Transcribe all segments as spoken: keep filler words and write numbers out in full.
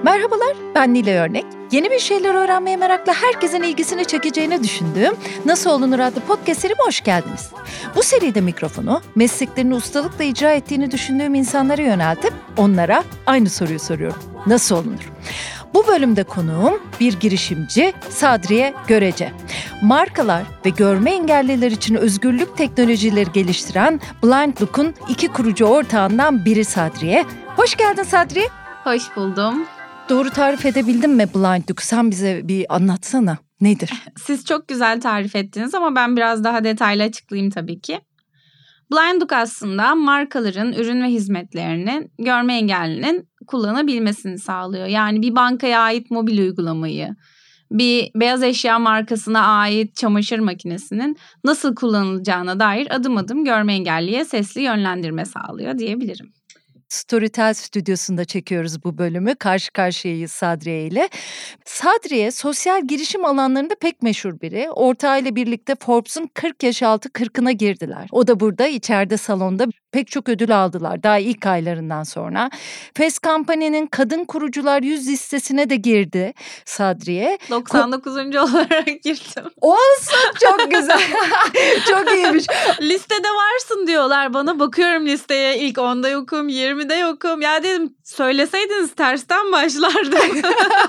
Merhabalar, ben Nilay Örnek. Yeni bir şeyler öğrenmeye merakla herkesin ilgisini çekeceğini düşündüğüm Nasıl Olunur adlı podcast serime hoş geldiniz. Bu seride mikrofonu mesleklerini ustalıkla icra ettiğini düşündüğüm insanlara yöneltip onlara aynı soruyu soruyorum. Nasıl olunur? Bu bölümde konuğum bir girişimci Sadriye Görece. Markalar ve görme engelliler için özgürlük teknolojileri geliştiren Blind Look'un iki kurucu ortağından biri Sadriye. Hoş geldin Sadriye. Hoş buldum. Doğru tarif edebildin mi Blind Look? Sen bize bir anlatsana. Nedir? Siz çok güzel tarif ettiniz ama ben biraz daha detaylı açıklayayım tabii ki. Blind Look aslında markaların ürün ve hizmetlerini görme engellinin kullanabilmesini sağlıyor. Yani bir bankaya ait mobil uygulamayı, bir beyaz eşya markasına ait çamaşır makinesinin nasıl kullanılacağına dair adım adım görme engelliye sesli yönlendirme sağlıyor diyebilirim. Storytel stüdyosunda çekiyoruz bu bölümü. Karşı karşıyayız Sadriye ile. Sadriye sosyal girişim alanlarında pek meşhur biri. Ortağıyla birlikte Forbes'un kırk yaş altı kırkına girdiler. O da burada içeride salonda pek çok ödül aldılar daha ilk aylarından sonra. Fast Company'nin kadın kurucular yüz listesine de girdi Sadriye. doksan dokuzuncu olarak girdim. Olsun, çok güzel. Çok iyiymiş. Listede varsın diyorlar bana, bakıyorum listeye, ilk onda yokum, yirmide yokum. Ya dedim, söyleseydiniz tersten başlardım.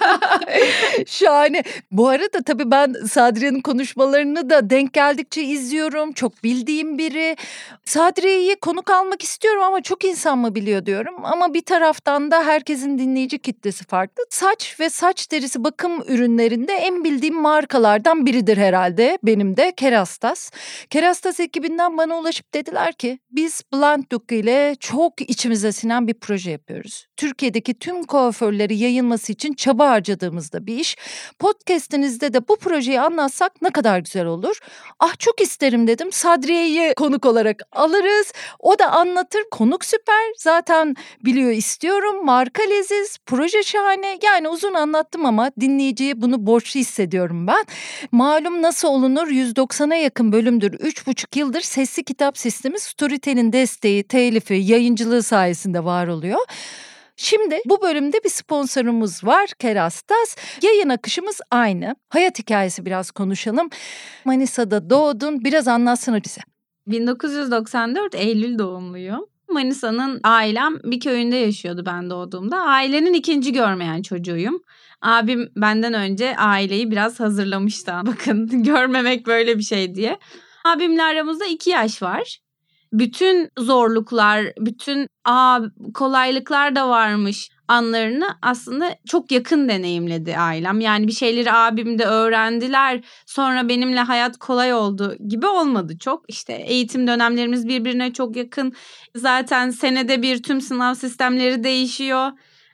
Şahane. Bu arada tabii ben Sadriye'nin konuşmalarını da denk geldikçe izliyorum. Çok bildiğim biri. Sadriye'yi konuk almak istiyorum ama çok insan mı biliyor diyorum. Ama bir taraftan da herkesin dinleyici kitlesi farklı. Saç ve saç derisi bakım ürünlerinde en bildiğim markalardan biridir herhalde. Benim de Kerastas. Kerastas ekibinden bana ulaşıp dediler ki biz Blind Look ile çok içimize sinen bir proje yapıyoruz. Türkiye'deki tüm kuaförleri yayılması için çaba harcadığımızda bir iş. Podcast'inizde de bu projeyi anlatsak ne kadar güzel olur. Ah çok isterim dedim. Sadriye'yi konuk olarak alırız. O da anlatır. Konuk süper. Zaten biliyor istiyorum. Marka leziz. Proje şahane. Yani uzun anlattım ama dinleyiciye bunu borçlu hissediyorum ben. Malum Nasıl Olunur yüz doksana yakın bölümdür. üç buçuk yıldır sesli kitap sistemi Storytel'in desteği, telifi, yayıncılığı sayesinde var oluyor. Şimdi bu bölümde bir sponsorumuz var, Kerastas. Yayın akışımız aynı. Hayat hikayesi biraz konuşalım. Manisa'da doğdun, biraz anlatsana bize. bin dokuz yüz doksan dört Eylül doğumluyum. Manisa'nın ailem bir köyünde yaşıyordu ben doğduğumda. Ailenin ikinci görmeyen çocuğuyum. Abim benden önce aileyi biraz hazırlamıştı. Bakın, görmemek böyle bir şey diye. Abimle aramızda iki yaş var. Bütün zorluklar, bütün aa, kolaylıklar da varmış anlarını aslında çok yakın deneyimledi ailem. Yani bir şeyleri abim de öğrendiler. Sonra benimle hayat kolay oldu gibi olmadı çok. İşte eğitim dönemlerimiz birbirine çok yakın. Zaten senede bir tüm sınav sistemleri değişiyor.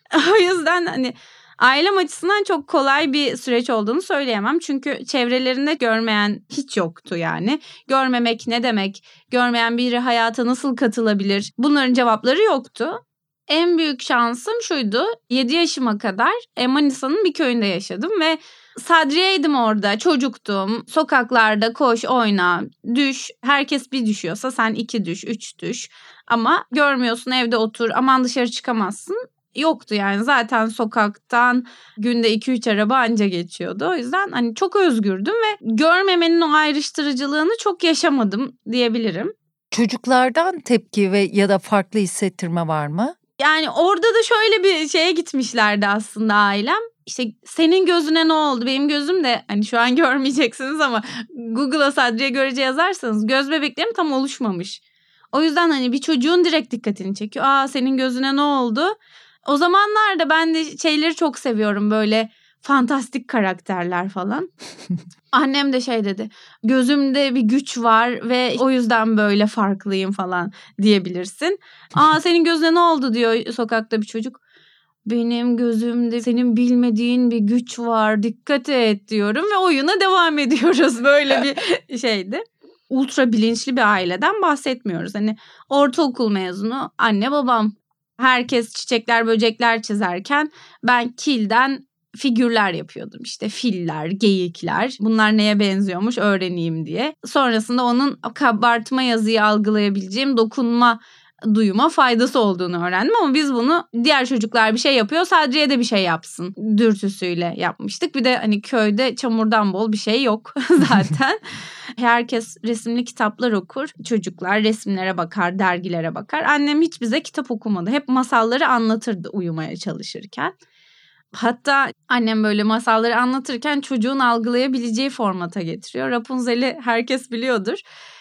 O yüzden hani ailem açısından çok kolay bir süreç olduğunu söyleyemem. Çünkü çevrelerinde görmeyen hiç yoktu yani. Görmemek ne demek? Görmeyen biri hayata nasıl katılabilir? Bunların cevapları yoktu. En büyük şansım şuydu. yedi yaşıma kadar Manisa'nın bir köyünde yaşadım ve Sadriye'ydim orada. Çocuktum. Sokaklarda koş, oyna, düş. Herkes bir düşüyorsa sen iki düş, üç düş. Ama görmüyorsun, evde otur. Aman dışarı çıkamazsın. Yoktu yani, zaten sokaktan günde iki üç araba anca geçiyordu. O yüzden hani çok özgürdüm ve görmemenin o ayrıştırıcılığını çok yaşamadım diyebilirim. Çocuklardan tepki ve ya da farklı hissettirme var mı? Yani orada da şöyle bir şeye gitmişlerdi aslında ailem. İşte senin gözüne ne oldu? Benim gözüm de hani şu an görmeyeceksiniz ama Google'a Sadriye Görece yazarsanız göz bebeklerim tam oluşmamış. O yüzden hani bir çocuğun direkt dikkatini çekiyor. Aa, senin gözüne ne oldu? O zamanlarda ben de şeyleri çok seviyorum, böyle fantastik karakterler falan. Annem de şey dedi, gözümde bir güç var ve o yüzden böyle farklıyım falan diyebilirsin. Aa, senin gözüne ne oldu diyor sokakta bir çocuk. Benim gözümde senin bilmediğin bir güç var, dikkat et diyorum ve oyuna devam ediyoruz, böyle bir şeydi. Ultra bilinçli bir aileden bahsetmiyoruz. Hani ortaokul mezunu anne babam. Herkes çiçekler, böcekler çizerken ben kilden figürler yapıyordum. İşte filler, geyikler. Bunlar neye benziyormuş öğreneyim diye. Sonrasında onun kabartma yazıyı algılayabileceğim dokunma duyuma faydası olduğunu öğrendim ama biz bunu diğer çocuklar bir şey yapıyor, Sadriye de bir şey yapsın dürtüsüyle yapmıştık. Bir de hani köyde çamurdan bol bir şey yok zaten. Herkes resimli kitaplar okur. Çocuklar resimlere bakar, dergilere bakar. Annem hiç bize kitap okumadı. Hep masalları anlatırdı uyumaya çalışırken. Hatta annem böyle masalları anlatırken çocuğun algılayabileceği formata getiriyor. Rapunzel'i herkes biliyordur.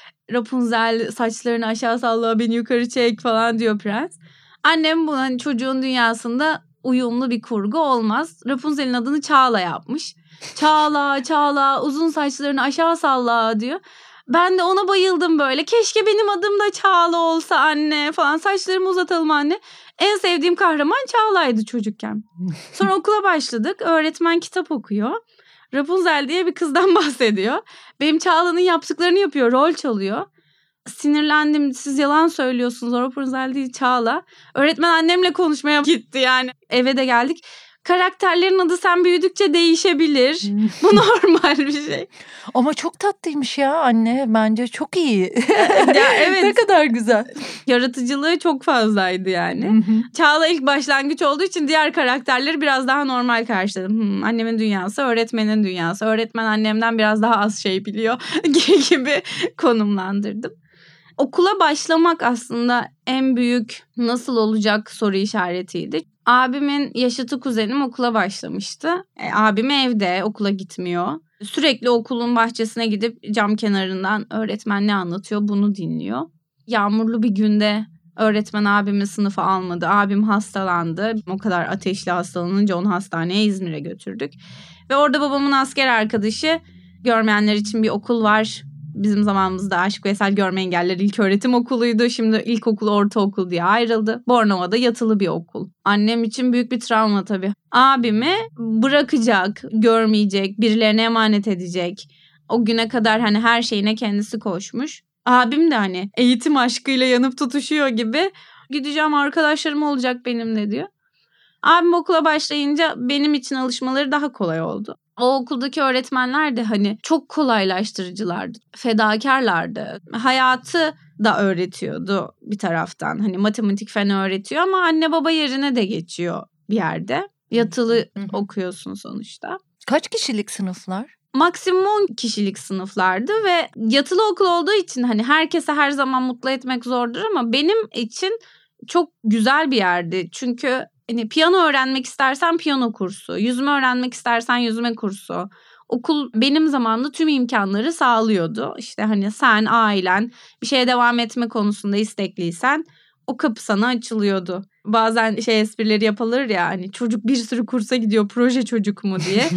Rapunzel saçlarını aşağı salla, beni yukarı çek falan diyor prens. Annem bu hani çocuğun dünyasında uyumlu bir kurgu olmaz. Rapunzel'in adını Çağla yapmış. Çağla, Çağla, uzun saçlarını aşağı salla diyor. Ben de ona bayıldım böyle. Keşke benim adım da Çağla olsa anne falan. Saçlarımı uzatalım anne. En sevdiğim kahraman Çağla'ydı çocukken. Sonra okula başladık. Öğretmen kitap okuyor. Rapunzel diye bir kızdan bahsediyor. Benim Çağla'nın yaptıklarını yapıyor. Rol çalıyor. Sinirlendim. Siz yalan söylüyorsunuz. O Rapunzel değil Çağla. Öğretmen annemle konuşmaya gitti yani. Eve de geldik. Karakterlerin adı sen büyüdükçe değişebilir. Bu normal bir şey. Ama çok tatlıymış ya anne. Bence çok iyi. Ya evet. Ne kadar güzel. Yaratıcılığı çok fazlaydı yani. Hı hı. Çağla ilk başlangıç olduğu için diğer karakterleri biraz daha normal karşıladım. Hmm, annemin dünyası, öğretmenin dünyası. Öğretmen annemden biraz daha az şey biliyor gibi konumlandırdım. Okula başlamak aslında en büyük nasıl olacak soru işaretiydi. Abimin yaşıtı kuzenim okula başlamıştı. E, abim evde, okula gitmiyor. Sürekli okulun bahçesine gidip cam kenarından öğretmen ne anlatıyor bunu dinliyor. Yağmurlu bir günde öğretmen abimi sınıfa almadı. Abim hastalandı. O kadar ateşli hastalanınca onu hastaneye İzmir'e götürdük. Ve orada babamın asker arkadaşı, görmeyenler için bir okul var. Bizim zamanımızda Aşık Veysel Görme Engelliler İlköğretim Okulu'ydu. Şimdi ilkokul, ortaokul diye ayrıldı. Bornova'da yatılı bir okul. Annem için büyük bir travma tabii. Abimi bırakacak, görmeyecek, birilerine emanet edecek. O güne kadar hani her şeyine kendisi koşmuş. Abim de hani eğitim aşkıyla yanıp tutuşuyor gibi. Gideceğim, arkadaşlarım olacak benimle diyor. Abim okula başlayınca benim için alışmaları daha kolay oldu. O okuldaki öğretmenler de hani çok kolaylaştırıcılardı, fedakarlardı. Hayatı da öğretiyordu bir taraftan. Hani matematik fen öğretiyor ama anne baba yerine de geçiyor bir yerde. Yatılı okuyorsun sonuçta. Kaç kişilik sınıflar? Maksimum on kişilik sınıflardı ve yatılı okul olduğu için hani herkese her zaman mutlu etmek zordur ama benim için çok güzel bir yerdi. Çünkü hani piyano öğrenmek istersen piyano kursu, yüzme öğrenmek istersen yüzme kursu. Okul benim zamanımda tüm imkanları sağlıyordu. İşte hani sen, ailen bir şeye devam etme konusunda istekliysen o kapı sana açılıyordu. Bazen şey esprileri yapılır ya hani çocuk bir sürü kursa gidiyor, proje çocuk mu diye.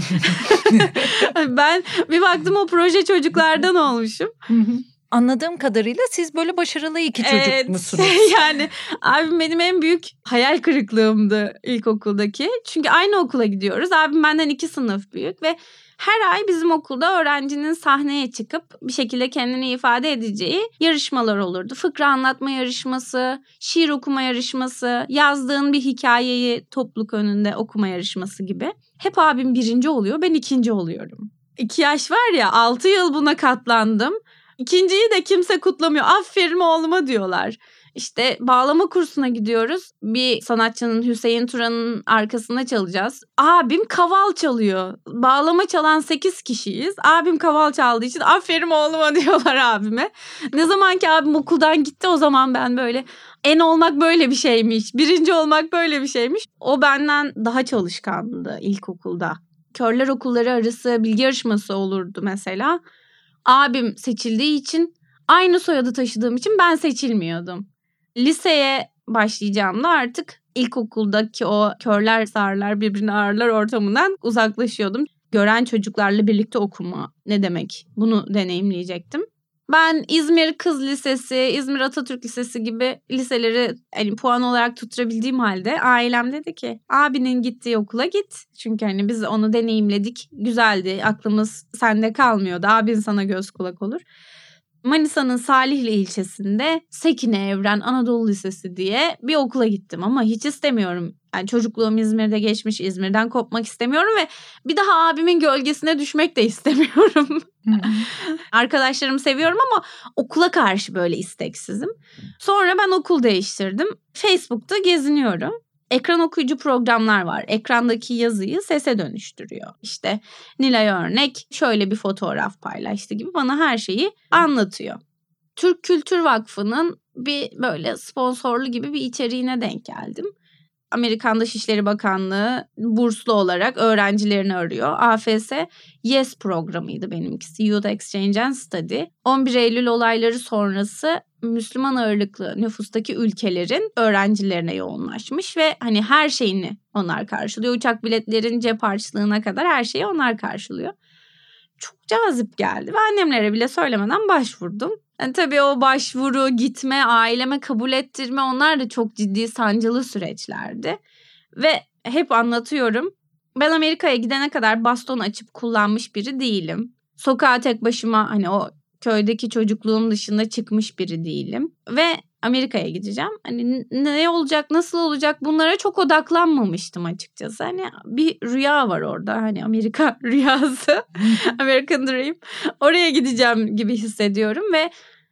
Ben bir baktım o proje çocuklardan olmuşum. Anladığım kadarıyla siz böyle başarılı iki çocuk evet, musunuz? Yani abim benim en büyük hayal kırıklığımdı ilkokuldaki. Çünkü aynı okula gidiyoruz. Abim benden iki sınıf büyük ve her ay bizim okulda öğrencinin sahneye çıkıp bir şekilde kendini ifade edeceği yarışmalar olurdu. Fıkra anlatma yarışması, şiir okuma yarışması, yazdığın bir hikayeyi topluluk önünde okuma yarışması gibi. Hep abim birinci oluyor, ben ikinci oluyorum. İki yaş var ya, altı yıl buna katlandım. İkinciyi de kimse kutlamıyor. Aferin oğluma diyorlar. İşte bağlama kursuna gidiyoruz. Bir sanatçının, Hüseyin Turan'ın arkasında çalacağız. Abim kaval çalıyor. Bağlama çalan sekiz kişiyiz. Abim kaval çaldığı için aferin oğluma diyorlar abime. Ne zaman ki abim okuldan gitti o zaman ben böyle en olmak böyle bir şeymiş. Birinci olmak böyle bir şeymiş. O benden daha çalışkandı ilkokulda. Körler okulları arası bilgi yarışması olurdu mesela. Abim seçildiği için aynı soyadı taşıdığım için ben seçilmiyordum. Liseye başlayacağımda artık ilkokuldaki o körler sağırlar birbirini ağırlar ortamından uzaklaşıyordum. Gören çocuklarla birlikte okuma ne demek bunu deneyimleyecektim. Ben İzmir Kız Lisesi, İzmir Atatürk Lisesi gibi liseleri hani puan olarak tutturabildiğim halde ailem dedi ki abinin gittiği okula git. Çünkü hani biz onu deneyimledik, güzeldi, aklımız sende kalmıyordu, abin sana göz kulak olur. Manisa'nın Salihli ilçesinde Sekine Evren Anadolu Lisesi diye bir okula gittim ama hiç istemiyorum. Yani çocukluğum İzmir'de geçmiş, İzmir'den kopmak istemiyorum ve bir daha abimin gölgesine düşmek de istemiyorum. Arkadaşlarımı seviyorum ama okula karşı böyle isteksizim. Sonra ben okul değiştirdim. Facebook'ta geziniyorum. Ekran okuyucu programlar var. Ekrandaki yazıyı sese dönüştürüyor. İşte Nilay Örnek şöyle bir fotoğraf paylaştı gibi bana her şeyi anlatıyor. Türk Kültür Vakfı'nın bir böyle sponsorlu gibi bir içeriğine denk geldim. Amerikan Dışişleri Bakanlığı burslu olarak öğrencilerini arıyor. A F S YES programıydı benimkisi. Youth Exchange and Study. on bir Eylül olayları sonrası Müslüman ağırlıklı nüfustaki ülkelerin öğrencilerine yoğunlaşmış ve hani her şeyini onlar karşılıyor. Uçak biletlerin cep harçlığına kadar her şeyi onlar karşılıyor. Çok cazip geldi ve annemlere bile söylemeden başvurdum. Yani tabii o başvuru, gitme, aileme kabul ettirme onlar da çok ciddi sancılı süreçlerdi. Ve hep anlatıyorum. Ben Amerika'ya gidene kadar baston açıp kullanmış biri değilim. Sokağa tek başıma hani o köydeki çocukluğum dışında çıkmış biri değilim. Ve Amerika'ya gideceğim. Hani ne olacak, nasıl olacak bunlara çok odaklanmamıştım açıkçası. Hani bir rüya var orada. Hani Amerika rüyası, American Dream. Oraya gideceğim gibi hissediyorum ve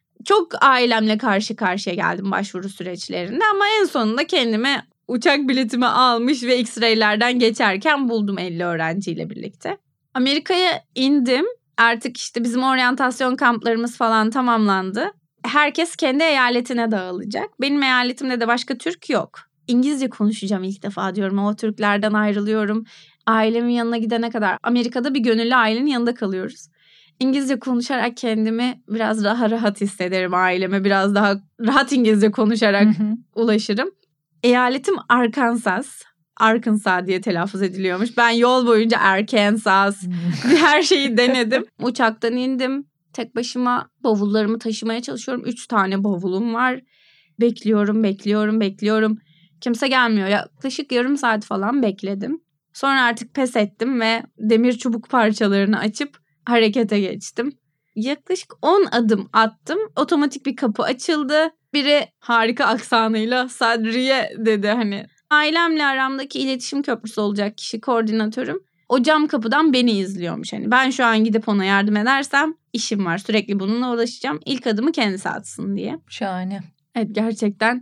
çok ailemle karşı karşıya geldim başvuru süreçlerinde. Ama en sonunda kendime uçak biletimi almış ve X-ray'lerden geçerken buldum elli öğrenciyle birlikte. Amerika'ya indim. Artık işte bizim oryantasyon kamplarımız falan tamamlandı. Herkes kendi eyaletine dağılacak. Benim eyaletimde de başka Türk yok. İngilizce konuşacağım ilk defa diyorum. O Türklerden ayrılıyorum. Ailemin yanına gidene kadar Amerika'da bir gönüllü ailenin yanında kalıyoruz. İngilizce konuşarak kendimi biraz daha rahat hissederim. Aileme biraz daha rahat İngilizce konuşarak hı hı. ulaşırım. Eyaletim Arkansas. Arkansas diye telaffuz ediliyormuş. Ben yol boyunca Arkansas her şeyi denedim. Uçaktan indim. Tek başıma bavullarımı taşımaya çalışıyorum. Üç tane bavulum var. Bekliyorum, bekliyorum, bekliyorum. Kimse gelmiyor. Yaklaşık yarım saat falan bekledim. Sonra artık pes ettim ve demir çubuk parçalarını açıp harekete geçtim. Yaklaşık on adım attım. Otomatik bir kapı açıldı. Biri harika aksanıyla Sadriye dedi hani. Ailemle aramdaki iletişim köprüsü olacak kişi koordinatörüm. O cam kapıdan beni izliyormuş. Hani ben şu an gidip ona yardım edersem işim var. Sürekli bununla uğraşacağım. İlk adımı kendisi atsın diye. Şahane. Evet gerçekten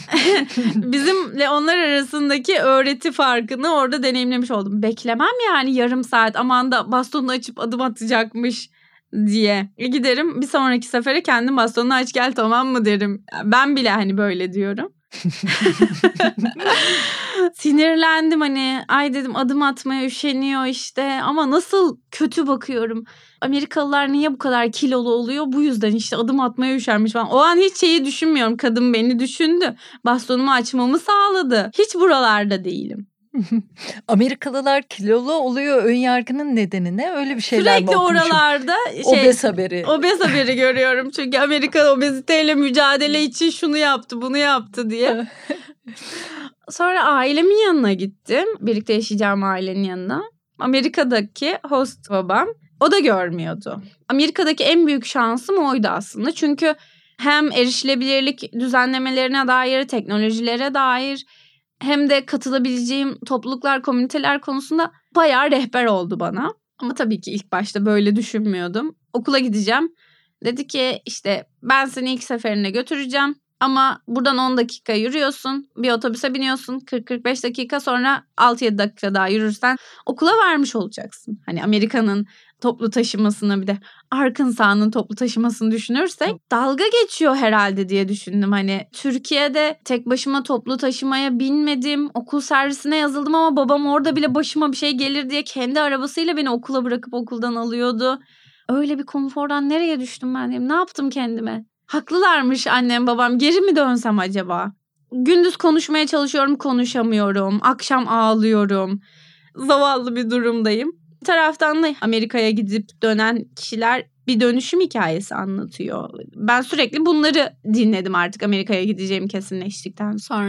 bizimle onlar arasındaki öğreti farkını orada deneyimlemiş oldum. Beklemem yani yarım saat aman da bastonunu açıp adım atacakmış diye. Giderim bir sonraki sefere kendim bastonunu aç gel tamam mı derim. Ben bile hani böyle diyorum. Sinirlendim hani ay dedim adım atmaya üşeniyor işte ama nasıl kötü bakıyorum. Amerikalılar niye bu kadar kilolu oluyor? Bu yüzden işte adım atmaya üşenmiş falan. O an hiç şeyi düşünmüyorum. Kadın beni düşündü. Bastonumu açmamı sağladı. Hiç buralarda değilim. Amerikalılar kilolu oluyor önyargının nedeni ne? Öyle bir şeyler Sürekli mi okumuşum? Sürekli oralarda şey, obez haberi. Obez haberi görüyorum. Çünkü Amerika obeziteyle mücadele için şunu yaptı, bunu yaptı diye. Sonra ailemin yanına gittim. Birlikte yaşayacağım ailenin yanına. Amerika'daki host babam. O da görmüyordu. Amerika'daki en büyük şansım oydu aslında. Çünkü hem erişilebilirlik düzenlemelerine dair, teknolojilere dair hem de katılabileceğim topluluklar, komüniteler konusunda bayağı rehber oldu bana. Ama tabii ki ilk başta böyle düşünmüyordum. Okula gideceğim. Dedi ki işte ben seni ilk seferine götüreceğim. Ama buradan on dakika yürüyorsun. Bir otobüse biniyorsun. kırk kırk beş dakika sonra altı yedi dakika daha yürürsen okula varmış olacaksın. Hani Amerika'nın toplu taşımasını bir de Arkansas'ın toplu taşımasını düşünürsek dalga geçiyor herhalde diye düşündüm. Hani Türkiye'de tek başıma toplu taşımaya binmedim. Okul servisine yazıldım ama babam orada bile başıma bir şey gelir diye kendi arabasıyla beni okula bırakıp okuldan alıyordu. Öyle bir konfordan nereye düştüm ben diyeyim. Ne yaptım kendime? Haklılarmış annem babam. Geri mi dönsem acaba? Gündüz konuşmaya çalışıyorum, konuşamıyorum. Akşam ağlıyorum. Zavallı bir durumdayım. Bir taraftan da Amerika'ya gidip dönen kişiler bir dönüşüm hikayesi anlatıyor. Ben sürekli bunları dinledim artık Amerika'ya gideceğim kesinleştikten sonra.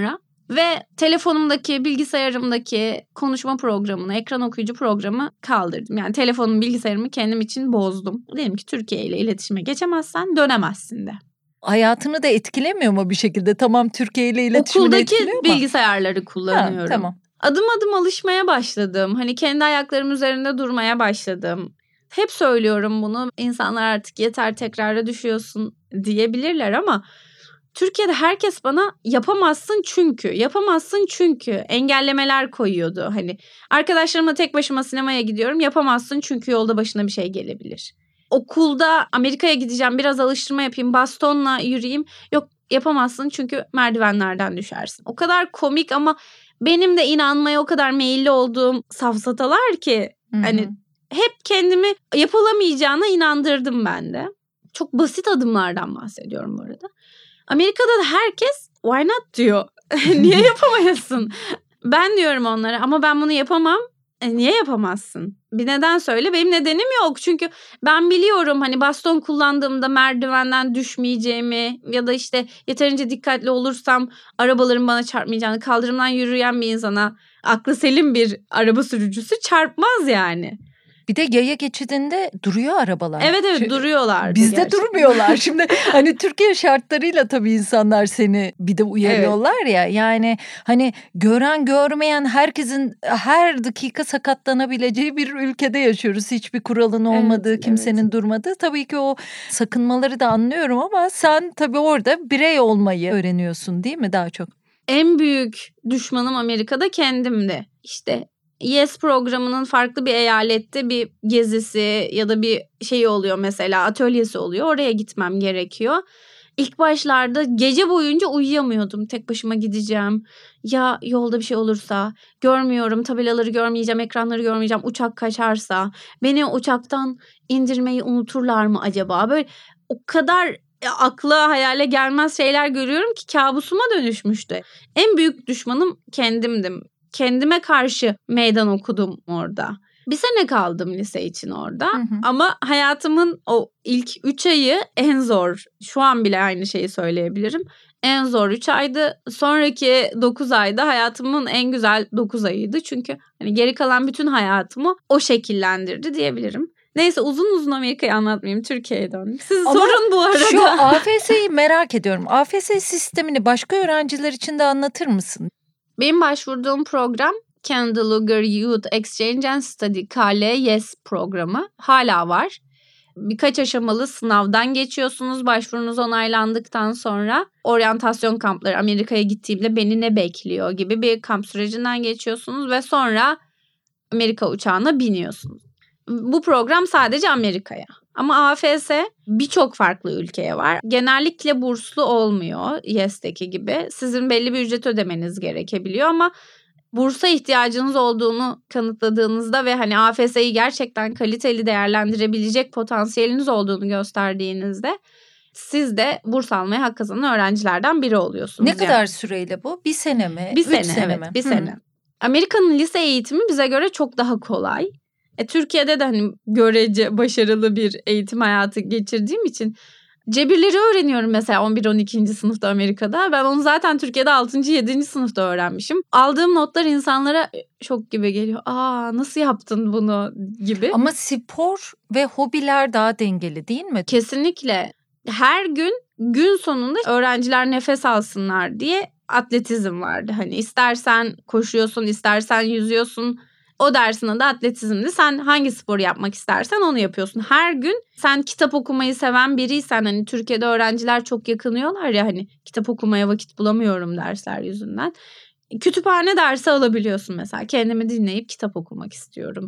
Ve telefonumdaki, bilgisayarımdaki konuşma programını, ekran okuyucu programı kaldırdım. Yani telefonum, bilgisayarımı kendim için bozdum. Dedim ki Türkiye ile iletişime geçemezsen dönemezsin de. Hayatını da etkilemiyor mu bir şekilde? Tamam, Türkiye ile iletişimini Okuldaki etkiliyor mu? bilgisayarları kullanıyorum. Ha, tamam. Adım adım alışmaya başladım. Hani kendi ayaklarım üzerinde durmaya başladım. Hep söylüyorum bunu. İnsanlar artık yeter tekrara düşüyorsun diyebilirler ama Türkiye'de herkes bana yapamazsın çünkü, yapamazsın çünkü engellemeler koyuyordu. Hani arkadaşlarımla tek başıma sinemaya gidiyorum, yapamazsın çünkü yolda başına bir şey gelebilir. Okulda Amerika'ya gideceğim, biraz alıştırma yapayım, bastonla yürüyeyim. Yok, yapamazsın çünkü merdivenlerden düşersin. O kadar komik ama benim de inanmaya o kadar meyilli olduğum safsatalar ki Hı-hı. hani hep kendimi yapılamayacağına inandırdım ben de. Çok basit adımlardan bahsediyorum bu arada. Amerika'da da herkes why not diyor. Niye yapamayasın? Ben diyorum onlara ama ben bunu yapamam. E, niye yapamazsın? Bir neden söyle. Benim nedenim yok. Çünkü ben biliyorum hani baston kullandığımda merdivenden düşmeyeceğimi ya da işte yeterince dikkatli olursam arabaların bana çarpmayacağını, kaldırımdan yürüyen bir insana aklı selim bir araba sürücüsü çarpmaz yani. Bir de yaya geçidinde duruyor arabalar. Evet evet Çünkü duruyorlar. Bizde gerçekten. Durmuyorlar. Şimdi hani Türkiye şartlarıyla tabii insanlar seni bir de uyarıyorlar evet. ya. Yani hani gören görmeyen herkesin her dakika sakatlanabileceği bir ülkede yaşıyoruz. Hiçbir kuralın olmadığı, evet, kimsenin evet. durmadığı. Tabii ki o sakınmaları da anlıyorum ama sen tabii orada birey olmayı öğreniyorsun değil mi daha çok? En büyük düşmanım Amerika'da kendimdi. İşte Yes programının farklı bir eyalette bir gezisi ya da bir şey oluyor mesela, atölyesi oluyor. Oraya gitmem gerekiyor. İlk başlarda gece boyunca uyuyamıyordum. Tek başıma gideceğim. Ya yolda bir şey olursa, görmüyorum, tabelaları görmeyeceğim, ekranları görmeyeceğim, uçak kaçarsa, beni uçaktan indirmeyi unuturlar mı acaba? Böyle o kadar akla hayale gelmez şeyler görüyorum ki kabusuma dönüşmüştü. En büyük düşmanım kendimdim. Kendime karşı meydan okudum orada. Bir sene kaldım lise için orada. Hı hı. Ama hayatımın o ilk üç ayı en zor. Şu an bile aynı şeyi söyleyebilirim. En zor üç aydı. Sonraki dokuz ayda hayatımın en güzel dokuz ayıydı. Çünkü hani geri kalan bütün hayatımı o şekillendirdi diyebilirim. Neyse uzun uzun Amerika'yı anlatmayayım. Türkiye'ye döndüm. Siz Ama sorun bu arada. Şu A F S'yi merak ediyorum. A F S sistemini başka öğrenciler için de anlatır mısın? Benim başvurduğum program Canada Luger Youth Exchange and Study K L Yes programı hala var. Birkaç aşamalı sınavdan geçiyorsunuz. Başvurunuz onaylandıktan sonra oryantasyon kampları, Amerika'ya gittiğimde beni ne bekliyor gibi bir kamp sürecinden geçiyorsunuz ve sonra Amerika uçağına biniyorsunuz. Bu program sadece Amerika'ya. Ama A F S birçok farklı ülkeye var. Genellikle burslu olmuyor Yes'teki gibi. Sizin belli bir ücret ödemeniz gerekebiliyor ama bursa ihtiyacınız olduğunu kanıtladığınızda ve hani A F S'yi gerçekten kaliteli değerlendirebilecek potansiyeliniz olduğunu gösterdiğinizde siz de burs almaya hak kazanan öğrencilerden biri oluyorsunuz. Ne yani. kadar süreyle bu? Bir sene mi? Bir sene, Üç sene evet, mi? bir sene. Hı. Amerika'nın lise eğitimi bize göre çok daha kolay. E, Türkiye'de de hani görece başarılı bir eğitim hayatı geçirdiğim için cebirleri öğreniyorum mesela on bir on ikinci sınıfta Amerika'da. Ben onu zaten Türkiye'de altıncı yedinci sınıfta öğrenmişim. Aldığım notlar insanlara şok gibi geliyor. Aa, nasıl yaptın bunu gibi. Ama spor ve hobiler daha dengeli değil mi? Kesinlikle. Her gün gün sonunda öğrenciler nefes alsınlar diye atletizm vardı. Hani istersen koşuyorsun, istersen yüzüyorsun. O dersin adı atletizmdi. Sen hangi sporu yapmak istersen onu yapıyorsun. Her gün sen kitap okumayı seven biriysen, hani Türkiye'de öğrenciler çok yakınıyorlar ya, hani kitap okumaya vakit bulamıyorum dersler yüzünden. Kütüphane dersi alabiliyorsun mesela. Kendimi dinleyip kitap okumak istiyorum.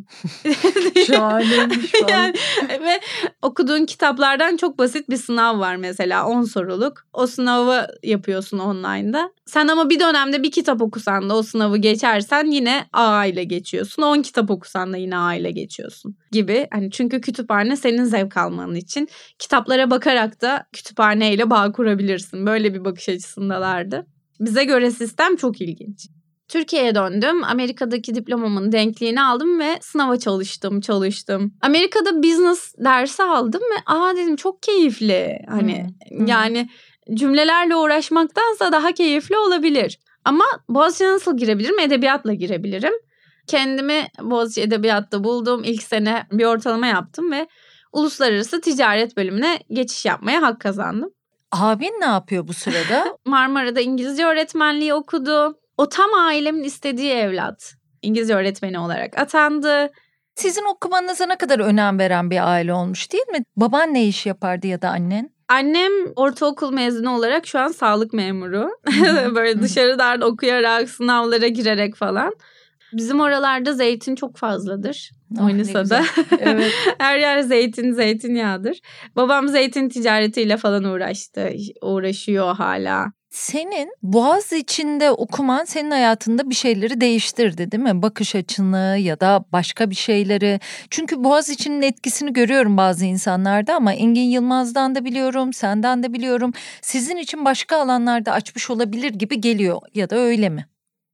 Şahaneymiş falan. Yani, ve okuduğun kitaplardan çok basit bir sınav var mesela, on soruluk. O sınavı yapıyorsun online'da. Sen ama bir dönemde bir kitap okusan da o sınavı geçersen yine A ile geçiyorsun. on kitap okusan da yine A ile geçiyorsun gibi. Hani çünkü kütüphane senin zevk alman için. Kitaplara bakarak da kütüphaneyle bağ kurabilirsin. Böyle bir bakış açısındalardı. Bize göre sistem çok ilginç. Türkiye'ye döndüm. Amerika'daki diplomamın denkliğini aldım ve sınava çalıştım, çalıştım. Amerika'da business dersi aldım ve aa dedim çok keyifli. Hani hmm. yani cümlelerle uğraşmaktansa daha keyifli olabilir. Ama Boğaziçi'ne nasıl girebilirim? Edebiyatla girebilirim. Kendimi Boğaziçi Edebiyat'ta buldum. İlk sene bir ortalama yaptım ve Uluslararası Ticaret bölümüne geçiş yapmaya hak kazandım. Abin ne yapıyor bu sırada? Marmara'da İngilizce öğretmenliği okudu. O tam ailemin istediği evlat. İngilizce öğretmeni olarak atandı. Sizin okumanıza ne kadar önem veren bir aile olmuş değil mi? Baban ne iş yapardı ya da annen? Annem ortaokul mezunu olarak şu an sağlık memuru. Böyle dışarıdan okuyarak, sınavlara girerek falan. Bizim oralarda zeytin çok fazladır. Oh, Manisa'da. Evet. Her yer zeytin, zeytinyağıdır. Babam zeytin ticaretiyle falan uğraştı. Uğraşıyor hala. Senin Boğaziçi'nde okuman senin hayatında bir şeyleri değiştirdi değil mi? Bakış açını ya da başka bir şeyleri. Çünkü Boğaziçi'nin etkisini görüyorum bazı insanlarda ama Engin Yılmaz'dan da biliyorum, senden de biliyorum. Sizin için başka alanlarda açmış olabilir gibi geliyor ya da öyle mi?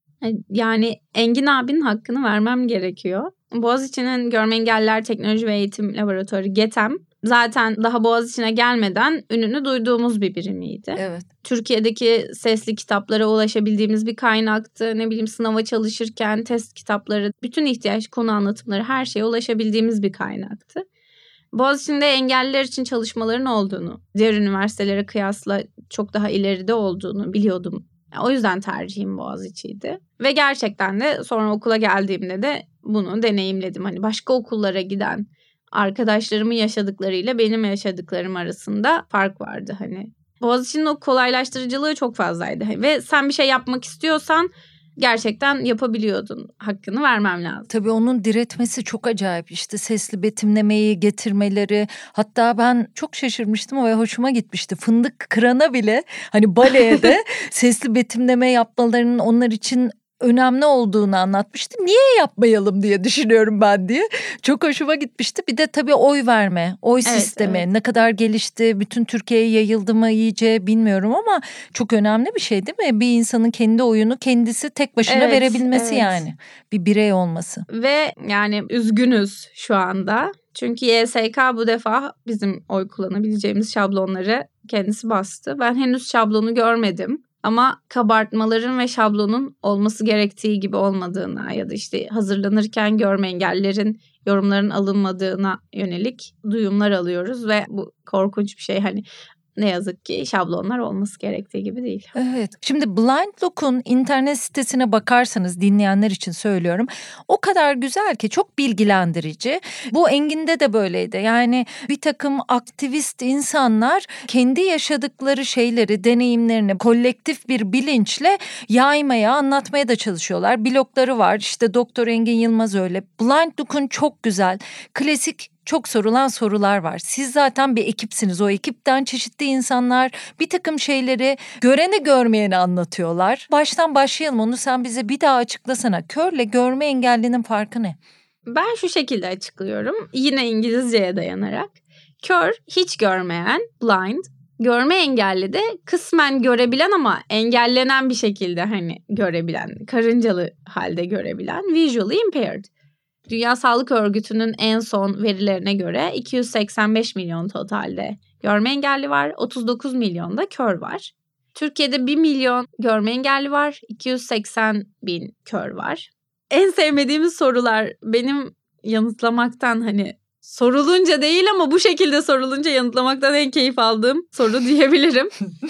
Yani Engin abinin hakkını vermem gerekiyor. Boğaziçi'nin Görme Engelliler Teknoloji ve Eğitim Laboratuvarı GETEM zaten daha Boğaziçi'ne gelmeden ününü duyduğumuz bir birimiydi. Evet. Türkiye'deki sesli kitaplara ulaşabildiğimiz bir kaynaktı. Ne bileyim sınava çalışırken test kitapları, bütün ihtiyaç konu anlatımları her şeye ulaşabildiğimiz bir kaynaktı. Boğaziçi'nde engelliler için çalışmaların olduğunu, diğer üniversitelere kıyasla çok daha ileride olduğunu biliyordum. O yüzden tercihim Boğaziçi'ydi. Ve gerçekten de sonra okula geldiğimde de bunu deneyimledim. Hani başka okullara giden arkadaşlarımın yaşadıklarıyla benim yaşadıklarım arasında fark vardı hani. Boğaziçi'nin o kolaylaştırıcılığı çok fazlaydı. Ve sen bir şey yapmak istiyorsan gerçekten yapabiliyordun. Hakkını vermem lazım. Tabii onun diretmesi çok acayip. İşte sesli betimlemeyi getirmeleri. Hatta ben çok şaşırmıştım ve hoşuma gitmişti. Fındık kırana bile hani baleye de sesli betimleme yapmalarının onlar için önemli olduğunu anlatmıştı. Niye yapmayalım diye düşünüyorum ben diye. Çok hoşuma gitmişti. Bir de tabii oy verme, oy Evet, sistemi evet. ne kadar gelişti, bütün Türkiye'ye yayıldı mı iyice bilmiyorum ama çok önemli bir şey değil mi? Bir insanın kendi oyunu kendisi tek başına Evet, verebilmesi evet. yani. Bir birey olması. Ve yani üzgünüz şu anda. Çünkü Y S K bu defa bizim oy kullanabileceğimiz şablonları kendisi bastı. Ben henüz şablonu görmedim. Ama kabartmaların ve şablonun olması gerektiği gibi olmadığına ya da işte hazırlanırken görme engellilerin yorumların alınmadığına yönelik duyumlar alıyoruz ve bu korkunç bir şey. Hani ne yazık ki şablonlar olması gerektiği gibi değil. Evet. Şimdi Blind Look'un internet sitesine bakarsanız dinleyenler için söylüyorum. O kadar güzel ki çok bilgilendirici. Bu Engin'de de böyleydi. Yani bir takım aktivist insanlar kendi yaşadıkları şeyleri, deneyimlerini kolektif bir bilinçle yaymaya, anlatmaya da çalışıyorlar. Blogları var. İşte Doktor Engin Yılmaz öyle. Blind Look'un çok güzel, klasik çok sorulan sorular var. Siz zaten bir ekipsiniz. O ekipten çeşitli insanlar bir takım şeyleri göreni görmeyeni anlatıyorlar. Baştan başlayalım, onu sen bize bir daha açıklasana. Körle görme engellinin farkı ne? Ben şu şekilde açıklıyorum. Yine İngilizceye dayanarak. Kör, hiç görmeyen, blind. Görme engelli de kısmen görebilen ama engellenen bir şekilde hani görebilen, karıncalı halde görebilen, visually impaired. Dünya Sağlık Örgütü'nün en son verilerine göre iki yüz seksen beş milyon totalde görme engelli var, otuz dokuz milyon da kör var. Türkiye'de bir milyon görme engelli var, iki yüz seksen bin kör var. En sevmediğimiz sorular benim yanıtlamaktan hani sorulunca değil ama bu şekilde sorulunca yanıtlamaktan en keyif aldığım soru diyebilirim.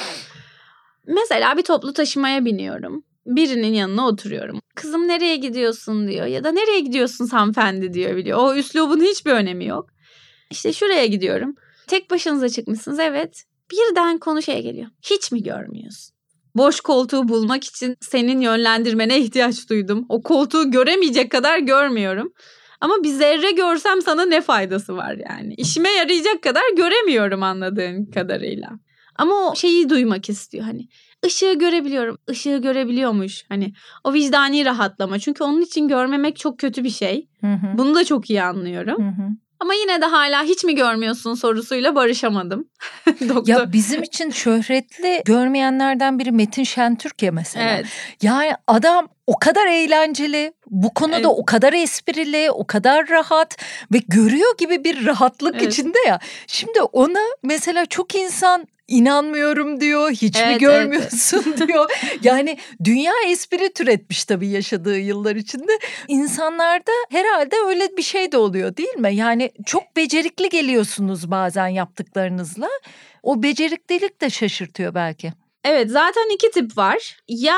Mesela bir toplu taşımaya biniyorum. Birinin yanına oturuyorum. Kızım nereye gidiyorsun diyor ya da nereye gidiyorsun hanımefendi diyor biliyor. O üslubun hiçbir önemi yok. İşte şuraya gidiyorum. Tek başınıza çıkmışsınız evet. Birden konu şeye geliyor. Hiç mi görmüyorsun? Boş koltuğu bulmak için senin yönlendirmene ihtiyaç duydum. O koltuğu göremeyecek kadar görmüyorum. Ama bir zerre görsem sana ne faydası var yani? İşime yarayacak kadar göremiyorum anladığın kadarıyla. Ama o şeyi duymak istiyor hani. Işığı görebiliyorum. Işığı görebiliyormuş. Hani o vicdani rahatlama. Çünkü onun için görmemek çok kötü bir şey. Hı hı. Bunu da çok iyi anlıyorum. Hı hı. Ama yine de hala hiç mi görmüyorsun sorusuyla barışamadım. Doktor. Ya bizim için şöhretli görmeyenlerden biri Metin Şentürk ya mesela. Evet. Yani adam o kadar eğlenceli, bu konuda Evet. o kadar esprili, o kadar rahat ve görüyor gibi bir rahatlık Evet. içinde ya. Şimdi ona mesela çok insan İnanmıyorum diyor. Hiç Evet, mi görmüyorsun evet. diyor. Yani dünya espri türetmiş tabii yaşadığı yıllar içinde. İnsanlarda herhalde öyle bir şey de oluyor değil mi? Yani çok becerikli geliyorsunuz bazen yaptıklarınızla. O beceriklilik de şaşırtıyor belki. Evet, zaten iki tip var. Ya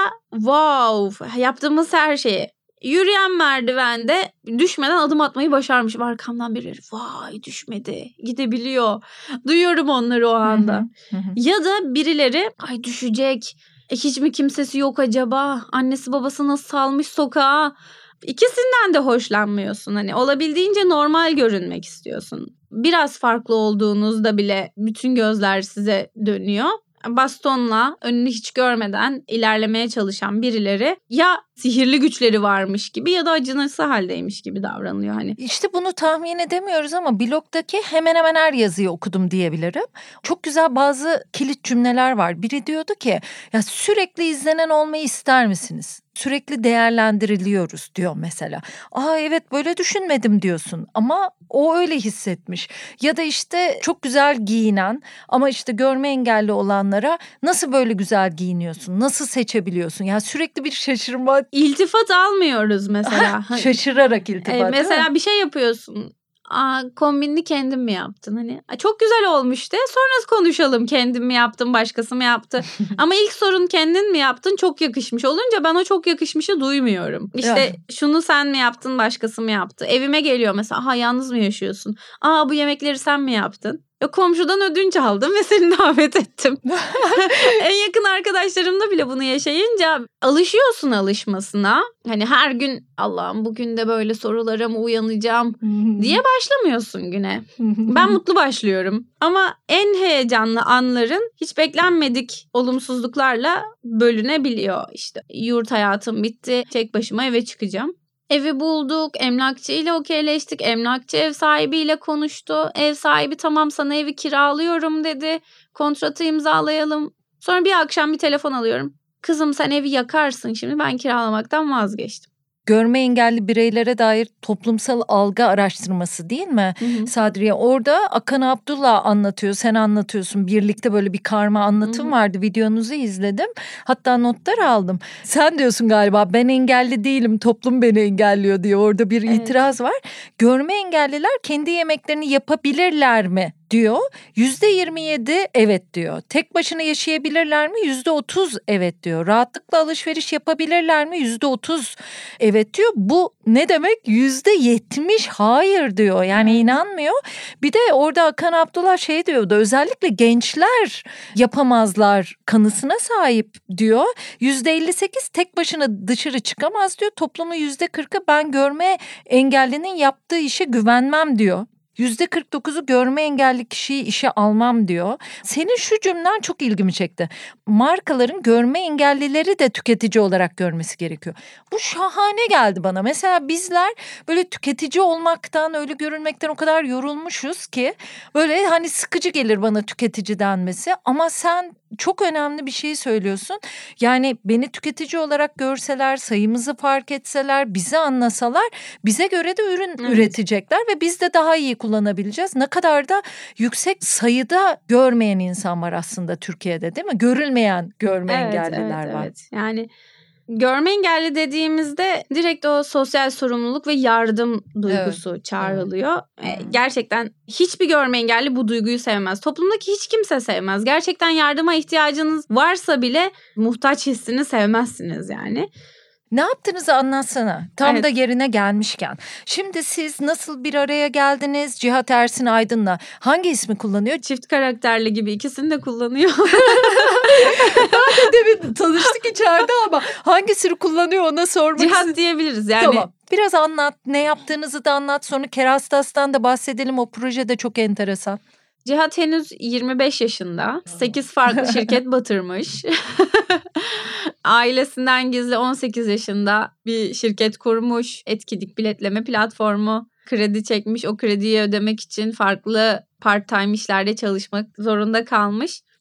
wow yaptığımız her şeyi. Yürüyen merdivende düşmeden adım atmayı başarmışım. Arkamdan birileri vay düşmedi, gidebiliyor. Duyuyorum onları o anda. Hı hı, hı. Ya da birileri ay düşecek. E, hiç mi kimsesi yok acaba? Annesi babası nasıl salmış sokağa? İkisinden de hoşlanmıyorsun. Hani olabildiğince normal görünmek istiyorsun. Biraz farklı olduğunuzda bile bütün gözler size dönüyor. Bastonla önünü hiç görmeden ilerlemeye çalışan birileri ya sihirli güçleri varmış gibi ya da acınası haldeymiş gibi davranıyor hani. İşte bunu tahmin edemiyoruz ama blogdaki hemen hemen her yazıyı okudum diyebilirim. Çok güzel bazı kilit cümleler var. Biri diyordu ki ya sürekli izlenen olmayı ister misiniz? Sürekli değerlendiriliyoruz diyor mesela. Aa evet böyle düşünmedim diyorsun ama o öyle hissetmiş. Ya da işte çok güzel giyinen ama işte görme engelli olanlara nasıl böyle güzel giyiniyorsun? Nasıl seçebiliyorsun? Ya sürekli bir şaşırma. İltifat almıyoruz mesela. Şaşırarak iltifat. E, mesela bir şey yapıyorsun. Aa, kombinini kendin mi yaptın? Hani çok güzel olmuş de sonra konuşalım kendin mi yaptın başkası mı yaptı? Ama ilk sorun kendin mi yaptın çok yakışmış olunca ben o çok yakışmışı duymuyorum. İşte Ya. şunu sen mi yaptın başkası mı yaptı? Evime geliyor mesela aha yalnız mı yaşıyorsun? Aa bu yemekleri sen mi yaptın? Ya komşudan ödünç aldım ve seni davet ettim. En yakın arkadaşlarımda bile bunu yaşayınca alışıyorsun alışmasına. Hani her gün Allah'ım bugün de böyle sorulara mı uyanacağım diye başlamıyorsun güne. Ben mutlu başlıyorum. Ama en heyecanlı anların hiç beklenmedik olumsuzluklarla bölünebiliyor. İşte yurt hayatım bitti. Tek başıma eve çıkacağım. Evi bulduk, emlakçı ile okeyleştik, emlakçı ev sahibiyle konuştu. Ev sahibi tamam sana evi kiralıyorum dedi, kontratı imzalayalım. Sonra bir akşam bir telefon alıyorum. Kızım sen evi yakarsın şimdi ben kiralamaktan vazgeçtim. Görme engelli bireylere dair toplumsal algı araştırması değil mi? Hı hı. Sadriye orada Akan Abdullah anlatıyor, sen anlatıyorsun. Birlikte böyle bir karma anlatım Hı hı. vardı. Videonuzu izledim. Hatta notlar aldım. Sen diyorsun galiba ben engelli değilim, toplum beni engelliyor diye orada bir Evet. itiraz var. Görme engelliler kendi yemeklerini yapabilirler mi diyor. Yüzde yirmi yedi evet diyor. Tek başına yaşayabilirler mi? Yüzde otuz evet diyor. Rahatlıkla alışveriş yapabilirler mi? Yüzde otuz evet diyor. Bu ne demek? Yüzde yetmiş hayır diyor. Yani Evet. inanmıyor. Bir de orada Akan Abdullah şey diyordu. Özellikle gençler yapamazlar kanısına sahip diyor. Yüzde elli sekiz tek başına dışarı çıkamaz diyor. Toplumun yüzde kırkı ben görme engellinin yaptığı işe güvenmem diyor. yüzde kırk dokuzu görme engelli kişiyi işe almam diyor. Senin şu cümlen çok ilgimi çekti. Markaların görme engellileri de tüketici olarak görmesi gerekiyor. Bu şahane geldi bana. Mesela bizler böyle tüketici olmaktan, öyle görünmekten o kadar yorulmuşuz ki böyle hani sıkıcı gelir bana tüketici denmesi. Ama sen çok önemli bir şey söylüyorsun. Yani beni tüketici olarak görseler, sayımızı fark etseler, bizi anlasalar bize göre de ürün Evet. üretecekler ve biz de daha iyi kullanabileceğiz. Ne kadar da yüksek sayıda görmeyen insan var aslında Türkiye'de değil mi? Görülmeyen görme Evet, engelliler evet, var. evet. Yani görme engelli dediğimizde direkt o sosyal sorumluluk ve yardım duygusu çağrılıyor. Ee, Hmm. Gerçekten hiçbir görme engelli bu duyguyu sevmez. Toplumdaki hiç kimse sevmez. Gerçekten yardıma ihtiyacınız varsa bile muhtaç hissini sevmezsiniz yani. Ne yaptığınızı anlatsana. Tam Evet. da yerine gelmişken. Şimdi siz nasıl bir araya geldiniz? Cihat Ersin Aydın'la hangi ismi kullanıyor? Çift karakterli gibi ikisini de kullanıyor. Demin tanıştık içeride ama hangisini kullanıyor ona sormak Cihat istedim. diyebiliriz yani. Tamam. Biraz anlat. Ne yaptığınızı da anlat. Sonra Kerastas'tan da bahsedelim. O proje de çok enteresan. Cihat henüz yirmi beş yaşında. sekiz farklı şirket batırmış. Ailesinden gizli on sekiz yaşında bir şirket kurmuş. Etkinlik biletleme platformu. Kredi çekmiş. O krediyi ödemek için farklı part-time işlerde çalışmak zorunda kalmış.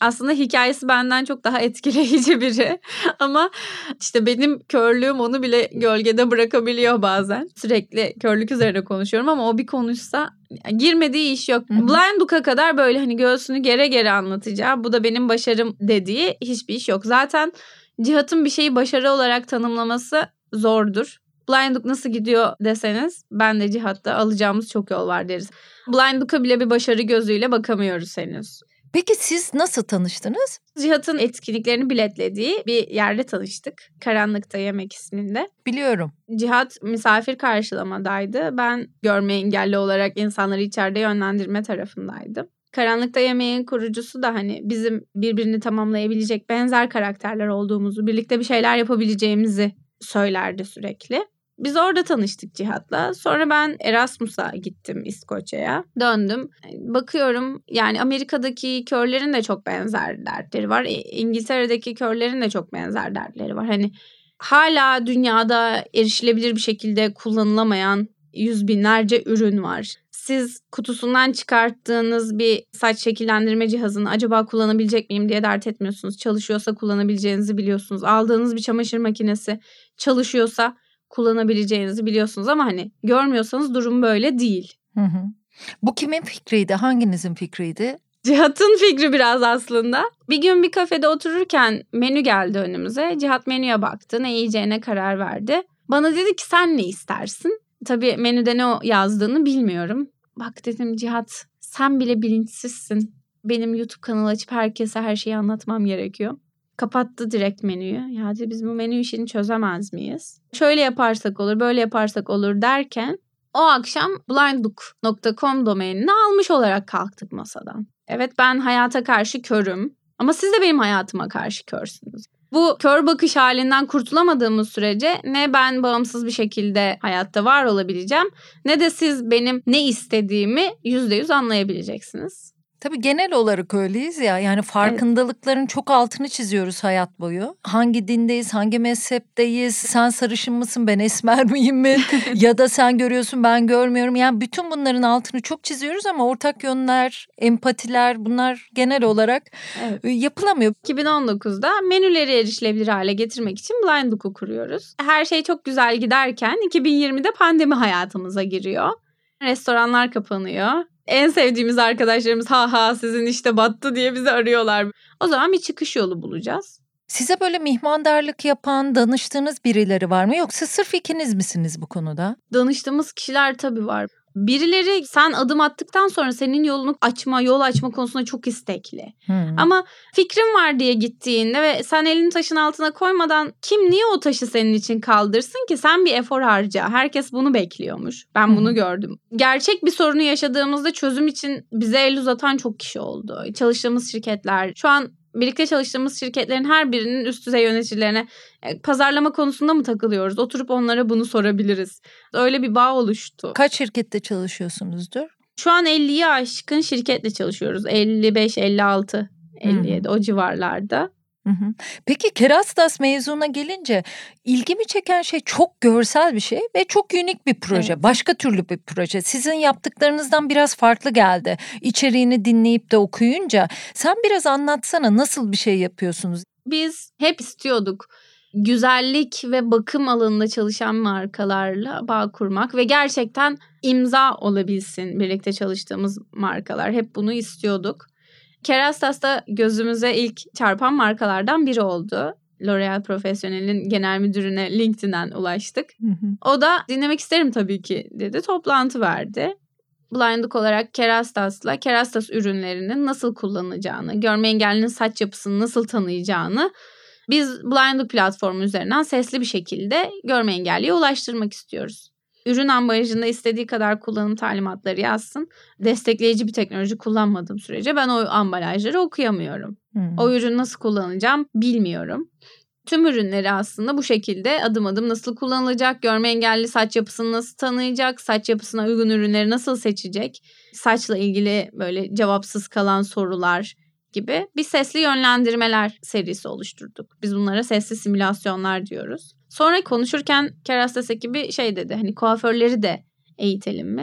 Aslında hikayesi benden çok daha etkileyici biri. Ama işte benim körlüğüm onu bile gölgede bırakabiliyor bazen. Sürekli körlük üzerine konuşuyorum ama o bir konuşsa girmediği iş yok. Hı-hı. Blind Book'a kadar böyle hani göğsünü gere gere anlatacağı, bu da benim başarım dediği hiçbir iş yok. Zaten Cihat'ın bir şeyi başarı olarak tanımlaması zordur. Blind Book nasıl gidiyor deseniz ben de Cihat'ta alacağımız çok yol var deriz. Blind Book'a bile bir başarı gözüyle bakamıyoruz henüz. Peki siz nasıl tanıştınız? Cihat'ın etkinliklerini biletlediği bir yerde tanıştık. Karanlıkta Yemek isminde. Biliyorum. Cihat misafir karşılamadaydı. Ben görme engelli olarak insanları içeride yönlendirme tarafındaydım. Karanlıkta Yemeğin kurucusu da hani bizim birbirini tamamlayabilecek benzer karakterler olduğumuzu, birlikte bir şeyler yapabileceğimizi söylerdi sürekli. Biz orada tanıştık Cihat'la. Sonra ben Erasmus'a gittim İskoçya'ya. Döndüm. Bakıyorum yani Amerika'daki körlerin de çok benzer dertleri var. İngiltere'deki körlerin de çok benzer dertleri var. Hani hala dünyada erişilebilir bir şekilde kullanılamayan yüz binlerce ürün var. Siz kutusundan çıkarttığınız bir saç şekillendirme cihazını acaba kullanabilecek miyim diye dert etmiyorsunuz. Çalışıyorsa kullanabileceğinizi biliyorsunuz. Aldığınız bir çamaşır makinesi çalışıyorsa kullanabileceğinizi biliyorsunuz ama hani görmüyorsanız durum böyle değil. Hı hı. Bu kimin fikriydi? Hanginizin fikriydi? Cihat'ın fikri biraz aslında. Bir gün bir kafede otururken menü geldi önümüze. Cihat menüye baktı. Ne yiyeceğine karar verdi. Bana dedi ki sen ne istersin? Tabii menüde ne yazdığını bilmiyorum. Bak dedim Cihat, sen bile bilinçsizsin. Benim YouTube kanalı açıp herkese her şeyi anlatmam gerekiyor. Kapattı direkt menüyü. Ya dedi biz bu menü işini çözemez miyiz? Şöyle yaparsak olur, böyle yaparsak olur derken o akşam blindbook nokta com domainini almış olarak kalktık masadan. Evet ben hayata karşı körüm ama siz de benim hayatıma karşı körsünüz. Bu kör bakış halinden kurtulamadığımız sürece ne ben bağımsız bir şekilde hayatta var olabileceğim ne de siz benim ne istediğimi yüzde yüz anlayabileceksiniz. Tabii genel olarak öyleyiz ya, yani farkındalıkların evet. çok altını çiziyoruz hayat boyu. Hangi dindeyiz, hangi mezhepteyiz, sen sarışın mısın, ben esmer miyim mi? Ya da sen görüyorsun, ben görmüyorum. Yani bütün bunların altını çok çiziyoruz ama ortak yönler, empatiler bunlar genel olarak evet. yapılamıyor. iki bin on dokuzda menüleri erişilebilir hale getirmek için Blind Book'u kuruyoruz. Her şey çok güzel giderken iki bin yirmide pandemi hayatımıza giriyor. Restoranlar kapanıyor. En sevdiğimiz arkadaşlarımız ha ha sizin işte battı diye bizi arıyorlar. O zaman bir çıkış yolu bulacağız. Size böyle mihmandarlık yapan, danıştığınız birileri var mı? Yoksa sırf ikiniz misiniz bu konuda? Danıştığımız kişiler tabii var. Birileri sen adım attıktan sonra senin yolunu açma, yol açma konusunda çok istekli. Hmm. Ama fikrin var diye gittiğinde ve sen elini taşın altına koymadan kim niye o taşı senin için kaldırsın ki? Sen bir efor harca. Herkes bunu bekliyormuş. Ben hmm. bunu gördüm. Gerçek bir sorunu yaşadığımızda çözüm için bize el uzatan çok kişi oldu. Çalıştığımız şirketler, şu an birlikte çalıştığımız şirketlerin her birinin üst düzey yöneticilerine pazarlama konusunda mı takılıyoruz? Oturup onlara bunu sorabiliriz. Öyle bir bağ oluştu. Kaç şirkette çalışıyorsunuzdur? Şu an elliyi aşkın şirketle çalışıyoruz. elli beş, elli altı, elli yedi hmm. o civarlarda. Hı hı. Peki Kerastas mevzuna gelince ilgimi çeken şey çok görsel bir şey ve çok unik bir proje. Evet. Başka türlü bir proje. Sizin yaptıklarınızdan biraz farklı geldi. İçeriğini dinleyip de okuyunca sen biraz anlatsana, nasıl bir şey yapıyorsunuz? Biz hep istiyorduk güzellik ve bakım alanında çalışan markalarla bağ kurmak ve gerçekten imza olabilsin birlikte çalıştığımız markalar. Hep bunu istiyorduk. Kerastas da gözümüze ilk çarpan markalardan biri oldu. L'Oréal Profesyonel'in genel müdürüne LinkedIn'den ulaştık. Hı hı. O da dinlemek isterim tabii ki dedi. Toplantı verdi. Blind Book olarak Kerastas'la Kerastas ürünlerinin nasıl kullanılacağını, görme engellinin saç yapısını nasıl tanıyacağını biz Blind Book platformu üzerinden sesli bir şekilde görme engelliye ulaştırmak istiyoruz. Ürün ambalajında istediği kadar kullanım talimatları yazsın. Destekleyici bir teknoloji kullanmadığım sürece ben o ambalajları okuyamıyorum. Hmm. O ürün nasıl kullanacağım bilmiyorum. Tüm ürünleri aslında bu şekilde adım adım nasıl kullanılacak, görme engelli saç yapısını nasıl tanıyacak, saç yapısına uygun ürünleri nasıl seçecek, saçla ilgili böyle cevapsız kalan sorular gibi bir sesli yönlendirmeler serisi oluşturduk. Biz bunlara sesli simülasyonlar diyoruz. Sonra konuşurken Kerastas ekibi şey dedi, hani kuaförleri de eğitelim mi?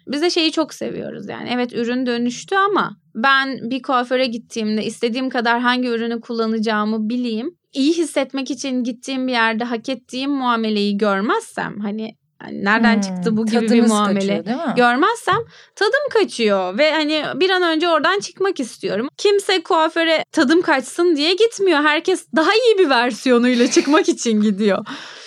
Biz de şeyi çok seviyoruz yani. Evet, ürün dönüştü ama ben bir kuaföre gittiğimde istediğim kadar hangi ürünü kullanacağımı bileyim. İyi hissetmek için gittiğim bir yerde hak ettiğim muameleyi görmezsem, hani yani nereden hmm, çıktı bu gibi bir muamele görmezsem tadım kaçıyor ve hani bir an önce oradan çıkmak istiyorum. Kimse kuaföre tadım kaçsın diye gitmiyor. Herkes daha iyi bir versiyonuyla çıkmak için gidiyor.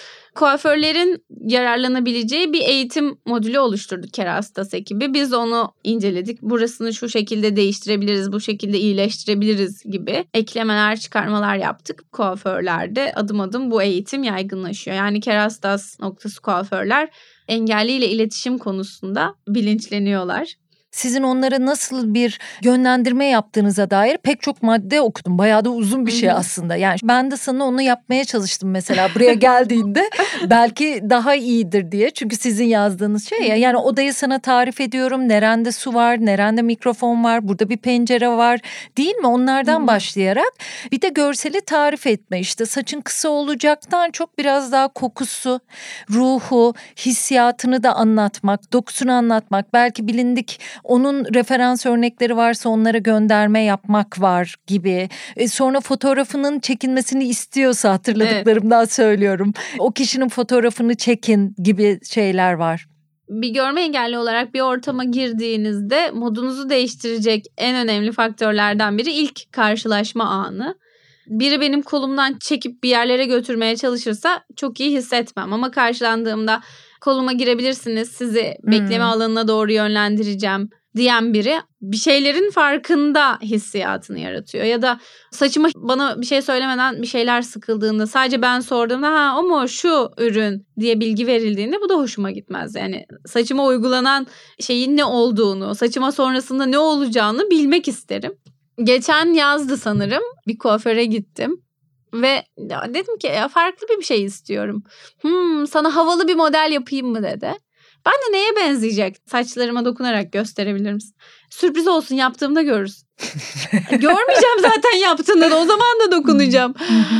Kuaförlerin yararlanabileceği bir eğitim modülü oluşturduk Kerastas ekibi. Biz onu inceledik. Burasını şu şekilde değiştirebiliriz, bu şekilde iyileştirebiliriz gibi eklemeler, çıkarmalar yaptık. Kuaförlerde adım adım bu eğitim yaygınlaşıyor. Yani Kerastas noktası kuaförler engelliyle iletişim konusunda bilinçleniyorlar. Sizin onlara nasıl bir yönlendirme yaptığınıza dair pek çok madde okudum. Bayağı da uzun bir şey aslında. Yani ben de sana onu yapmaya çalıştım mesela buraya geldiğinde. Belki daha iyidir diye. Çünkü sizin yazdığınız şey ya. Yani odayı sana tarif ediyorum. Nerede su var, nerede mikrofon var, burada bir pencere var. Değil mi? Onlardan Hı-hı. başlayarak bir de görseli tarif etme. İşte saçın kısa olacaktan çok biraz daha kokusu, ruhu, hissiyatını da anlatmak, dokusunu anlatmak. Belki bilindik onun referans örnekleri varsa onlara gönderme yapmak var gibi. E sonra fotoğrafının çekilmesini istiyorsa hatırladıklarımdan evet. söylüyorum. O kişinin fotoğrafını çekin gibi şeyler var. Bir görme engelli olarak bir ortama girdiğinizde modunuzu değiştirecek en önemli faktörlerden biri ilk karşılaşma anı. Biri benim kolumdan çekip bir yerlere götürmeye çalışırsa çok iyi hissetmem ama karşılandığımda koluma girebilirsiniz, sizi hmm. bekleme alanına doğru yönlendireceğim diyen biri bir şeylerin farkında hissiyatını yaratıyor. Ya da saçıma bana bir şey söylemeden bir şeyler sıkıldığında, sadece ben sorduğumda ha o mu şu ürün diye bilgi verildiğinde bu da hoşuma gitmez. Yani saçıma uygulanan şeyin ne olduğunu, saçıma sonrasında ne olacağını bilmek isterim. Geçen yazdı sanırım, bir kuaföre gittim. Ve dedim ki ya farklı bir şey istiyorum. Hmm, sana havalı bir model yapayım mı dedi. Ben de neye benzeyecek? Saçlarıma dokunarak gösterebilir misin? Sürpriz olsun, yaptığımda görürsün. Görmeyeceğim zaten yaptığında da, o zaman da dokunacağım.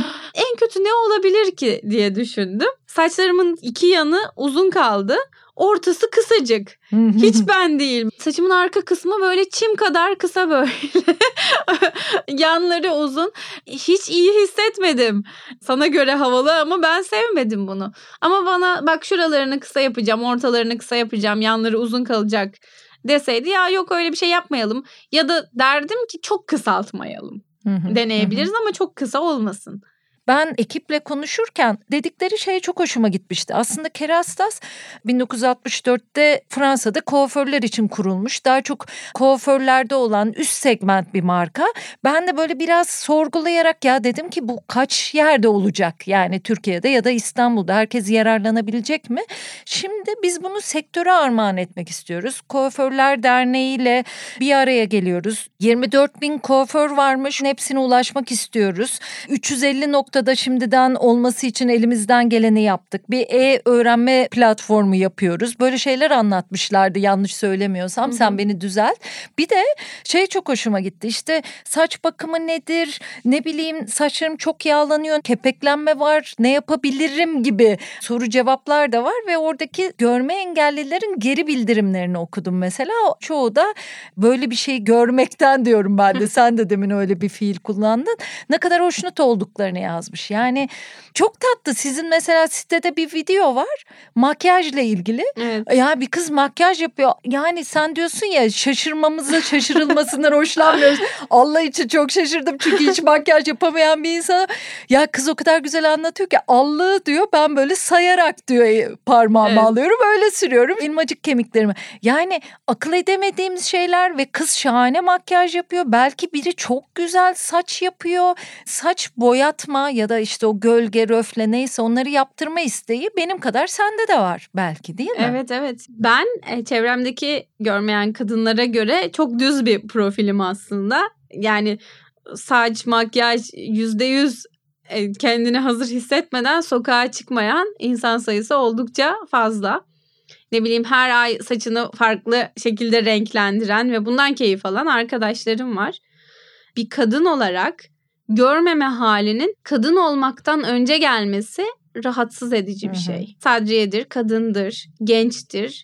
En kötü ne olabilir ki diye düşündüm. Saçlarımın iki yanı uzun kaldı. Ortası kısacık. Hiç ben değil. Saçımın arka kısmı böyle çim kadar kısa böyle. Yanları uzun. Hiç iyi hissetmedim. Sana göre havalı ama ben sevmedim bunu. Ama bana bak şuralarını kısa yapacağım, ortalarını kısa yapacağım, yanları uzun kalacak deseydi ya yok öyle bir şey yapmayalım. Ya da derdim ki çok kısaltmayalım. Deneyebiliriz ama çok kısa olmasın. Ben ekiple konuşurken dedikleri şey çok hoşuma gitmişti. Aslında Kerastas bin dokuz yüz altmış dörtte Fransa'da kuaförler için kurulmuş. Daha çok kuaförlerde olan üst segment bir marka. Ben de böyle biraz sorgulayarak ya dedim ki bu kaç yerde olacak? Yani Türkiye'de ya da İstanbul'da herkes yararlanabilecek mi? Şimdi biz bunu sektöre armağan etmek istiyoruz. Kuaförler Derneği ile bir araya geliyoruz. yirmi dört bin kuaför varmış. Hepsine ulaşmak istiyoruz. üç yüz elli nokta da şimdiden olması için elimizden geleni yaptık. Bir e-öğrenme platformu yapıyoruz. Böyle şeyler anlatmışlardı yanlış söylemiyorsam. Hı-hı. Sen beni düzelt. Bir de şey çok hoşuma gitti. İşte saç bakımı nedir? Ne bileyim saçlarım çok yağlanıyor. Kepeklenme var. Ne yapabilirim gibi soru cevaplar da var ve oradaki görme engellilerin geri bildirimlerini okudum mesela. Çoğu da böyle bir şey görmekten diyorum ben de. Sen de demin öyle bir fiil kullandın. Ne kadar hoşnut olduklarını yazmış. Yani çok tatlı. Sizin mesela sitede bir video var. Makyajla ilgili. Evet. Ya bir kız makyaj yapıyor. Yani sen diyorsun ya şaşırmamızı, şaşırılmasından hoşlanmıyoruz. Allah için çok şaşırdım. Çünkü hiç makyaj yapamayan bir insana. Ya kız o kadar güzel anlatıyor ki Allah'ı diyor ben böyle sayarak diyor parmağımı evet. alıyorum. Öyle sürüyorum. Elmacık kemiklerimi. Yani akıl edemediğimiz şeyler ve kız şahane makyaj yapıyor. Belki biri çok güzel saç yapıyor. Saç boyatma ya da işte o gölge, röfle neyse onları yaptırma isteği benim kadar sende de var belki, değil mi? Evet evet. Ben e, çevremdeki görmeyen kadınlara göre çok düz bir profilim aslında. Yani saç, makyaj yüzde yüz e, kendini hazır hissetmeden sokağa çıkmayan insan sayısı oldukça fazla. Ne bileyim her ay saçını farklı şekilde renklendiren ve bundan keyif alan arkadaşlarım var. Bir kadın olarak görmeme halinin kadın olmaktan önce gelmesi rahatsız edici bir şey. Sadriyedir, kadındır, gençtir.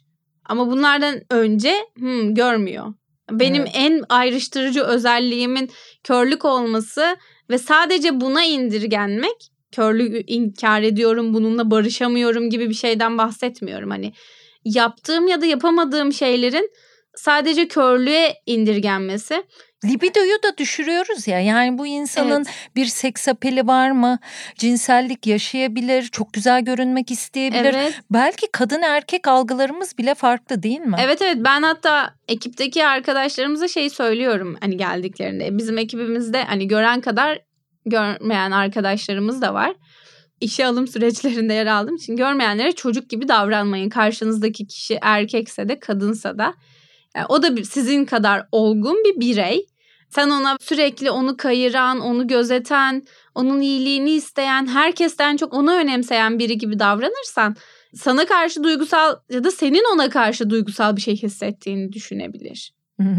Ama bunlardan önce hmm, görmüyor. Benim evet. en ayrıştırıcı özelliğimin körlük olması ve sadece buna indirgenmek, körlüğü inkar ediyorum, bununla barışamıyorum gibi bir şeyden bahsetmiyorum. Hani yaptığım ya da yapamadığım şeylerin sadece körlüğe indirgenmesi. Libidoyu da düşürüyoruz ya, yani bu insanın evet. bir seks apeli var mı? Cinsellik yaşayabilir, çok güzel görünmek isteyebilir. Evet. Belki kadın erkek algılarımız bile farklı değil mi? Evet evet, ben hatta ekipteki arkadaşlarımıza şey söylüyorum hani geldiklerinde. Bizim ekibimizde hani gören kadar görmeyen arkadaşlarımız da var. İşe alım süreçlerinde yer aldığım için görmeyenlere çocuk gibi davranmayın. Karşınızdaki kişi erkekse de kadınsa da. Yani o da sizin kadar olgun bir birey. Sen ona sürekli onu kayıran, onu gözeten, onun iyiliğini isteyen, herkesten çok onu önemseyen biri gibi davranırsan sana karşı duygusal ya da senin ona karşı duygusal bir şey hissettiğini düşünebilir.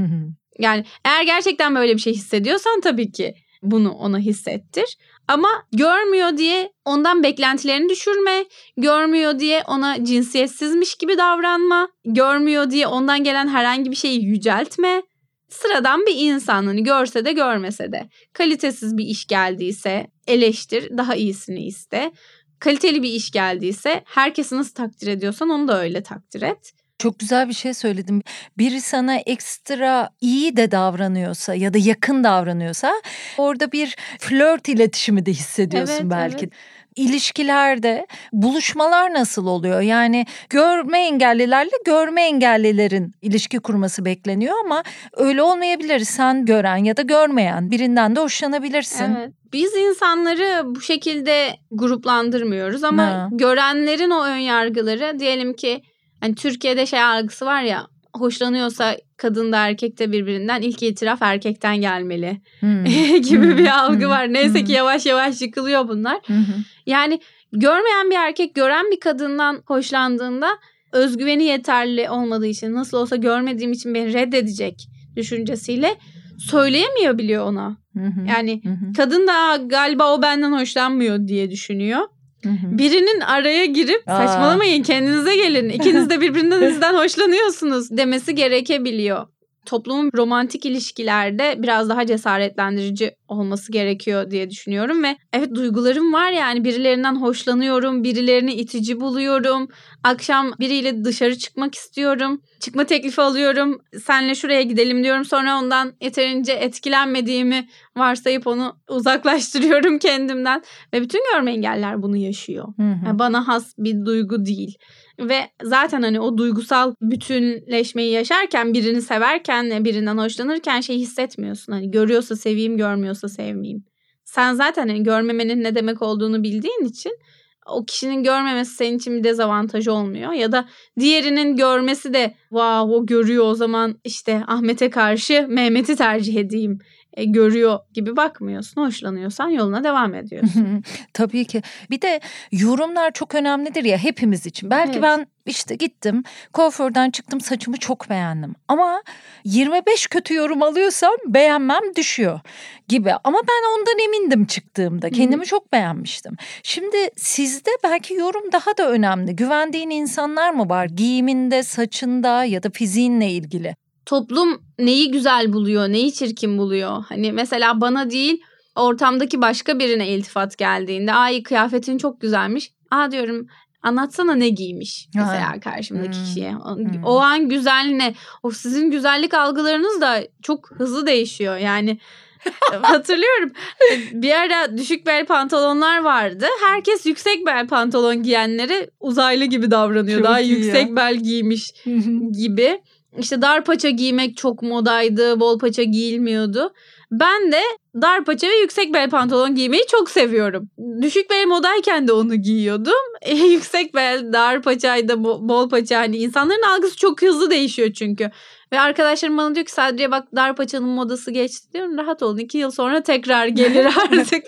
Yani eğer gerçekten böyle bir şey hissediyorsan tabii ki bunu ona hissettir. Ama görmüyor diye ondan beklentilerini düşürme, görmüyor diye ona cinsiyetsizmiş gibi davranma, görmüyor diye ondan gelen herhangi bir şeyi yüceltme. Sıradan bir insan, hani görse de görmese de. Kalitesiz bir iş geldiyse eleştir, daha iyisini iste. Kaliteli bir iş geldiyse herkesi nasıl takdir ediyorsan onu da öyle takdir et. Çok güzel bir şey söyledim. Biri sana ekstra iyi de davranıyorsa ya da yakın davranıyorsa orada bir flört iletişimi de hissediyorsun evet, belki. Evet. İlişkilerde buluşmalar nasıl oluyor? Yani görme engellilerle görme engellilerin ilişki kurması bekleniyor ama öyle olmayabilir. Sen gören ya da görmeyen birinden de hoşlanabilirsin. Evet. Biz insanları bu şekilde gruplandırmıyoruz ama ha. görenlerin o ön yargıları, diyelim ki hani Türkiye'de şey algısı var ya, hoşlanıyorsa kadın da erkek de birbirinden, ilk itiraf erkekten gelmeli hmm. gibi hmm. bir algı hmm. var. Neyse hmm. ki yavaş yavaş yıkılıyor bunlar. Hmm. Yani görmeyen bir erkek gören bir kadından hoşlandığında özgüveni yeterli olmadığı için, nasıl olsa görmediğim için beni reddedecek düşüncesiyle söyleyemiyor biliyor ona. Hmm. Yani hmm. kadın da galiba o benden hoşlanmıyor diye düşünüyor. Hı hı. Birinin araya girip Aa. saçmalamayın, kendinize gelin, İkiniz de birbirinizden hoşlanıyorsunuz demesi gerekebiliyor. Toplumun romantik ilişkilerde biraz daha cesaretlendirici olması gerekiyor diye düşünüyorum ve evet, duygularım var yani, birilerinden hoşlanıyorum, birilerini itici buluyorum, akşam biriyle dışarı çıkmak istiyorum, çıkma teklifi alıyorum, senle şuraya gidelim diyorum, sonra ondan yeterince etkilenmediğimi varsayıp onu uzaklaştırıyorum kendimden ve bütün görme engelliler bunu yaşıyor. Hı hı. Yani bana has bir duygu değil. Ve zaten hani o duygusal bütünleşmeyi yaşarken, birini severken, birinden hoşlanırken şey hissetmiyorsun. Hani görüyorsa seveyim, görmüyorsa sevmeyeyim. Sen zaten hani görmemenin ne demek olduğunu bildiğin için o kişinin görmemesi senin için bir dezavantaj olmuyor. Ya da diğerinin görmesi de wow, o görüyor, o zaman işte Ahmet'e karşı Mehmet'i tercih edeyim. E, görüyor gibi bakmıyorsun. Hoşlanıyorsan yoluna devam ediyorsun. Tabii ki. Bir de yorumlar çok önemlidir ya hepimiz için. Belki evet. ben işte gittim, kuaförden çıktım, saçımı çok beğendim. Ama yirmi beş kötü yorum alıyorsam beğenmem düşüyor gibi. Ama ben ondan emindim çıktığımda. Kendimi Hı-hı. çok beğenmiştim. Şimdi sizde belki yorum daha da önemli. Güvendiğin insanlar mı var? Giyiminde, saçında ya da fiziğinle ilgili. Toplum neyi güzel buluyor, neyi çirkin buluyor? Hani mesela bana değil, ortamdaki başka birine iltifat geldiğinde, ay kıyafetin çok güzelmiş. Aa diyorum, anlatsana ne giymiş mesela karşımdaki hmm. kişiye. O, hmm. o an güzel ne? O sizin güzellik algılarınız da çok hızlı değişiyor. Yani hatırlıyorum, bir ara düşük bel pantolonlar vardı. Herkes yüksek bel pantolon giyenlere uzaylı gibi davranıyor. Çok Daha yüksek ya. bel giymiş gibi. İşte dar paça giymek çok modaydı, bol paça giyilmiyordu. Ben de dar paça ve yüksek bel pantolon giymeyi çok seviyorum. Düşük bel modayken de onu giyiyordum. E, yüksek bel, dar paçaydı, bol paça, hani insanların algısı çok hızlı değişiyor çünkü. Ve arkadaşlarım bana diyor ki, Sadriye bak dar paçanın modası geçti, diyorum. Rahat olun, iki yıl sonra tekrar gelir artık.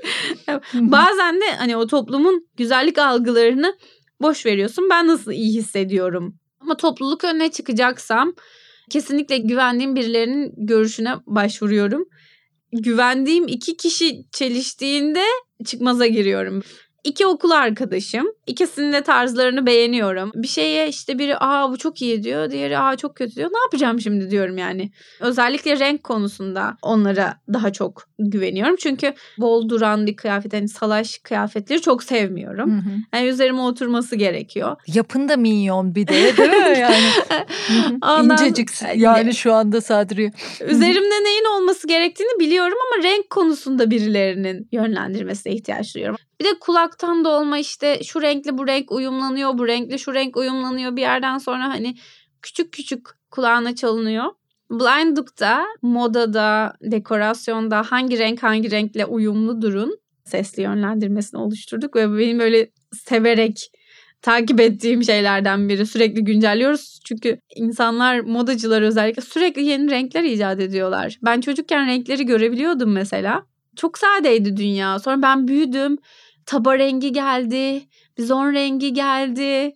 Bazen de hani o toplumun güzellik algılarını boş veriyorsun. Ben nasıl iyi hissediyorum? Ama topluluk önüne çıkacaksam kesinlikle güvendiğim birilerinin görüşüne başvuruyorum. Güvendiğim iki kişi çeliştiğinde çıkmaza giriyorum. İki okul arkadaşım. İkisinin de tarzlarını beğeniyorum. Bir şeye işte biri aa bu çok iyi diyor. Diğeri aa çok kötü diyor. Ne yapacağım şimdi diyorum yani. Özellikle renk konusunda onlara daha çok güveniyorum. Çünkü bol duran bir kıyafet, hani salaş kıyafetleri çok sevmiyorum. Hı hı. Yani üzerime oturması gerekiyor. Yapında minyon bir de değil mi yani? Ondan, İnceciksin yani şu anda Sadriye. Üzerimde neyin olması gerektiğini biliyorum ama renk konusunda birilerinin yönlendirmesine ihtiyaç duyuyorum. Bir de kulaktan dolma işte şu renkle bu renk uyumlanıyor, bu renkle şu renk uyumlanıyor. Bir yerden sonra hani küçük küçük kulağına çalınıyor. Blindbook'ta, modada, dekorasyonda hangi renk hangi renkle uyumlu durun sesli yönlendirmesini oluşturduk ve benim böyle severek takip ettiğim şeylerden biri. Sürekli güncelliyoruz çünkü insanlar, modacılar özellikle sürekli yeni renkler icat ediyorlar. Ben çocukken renkleri görebiliyordum mesela. Çok sadeydi dünya. Sonra ben büyüdüm. Taba rengi geldi. Bizon rengi geldi.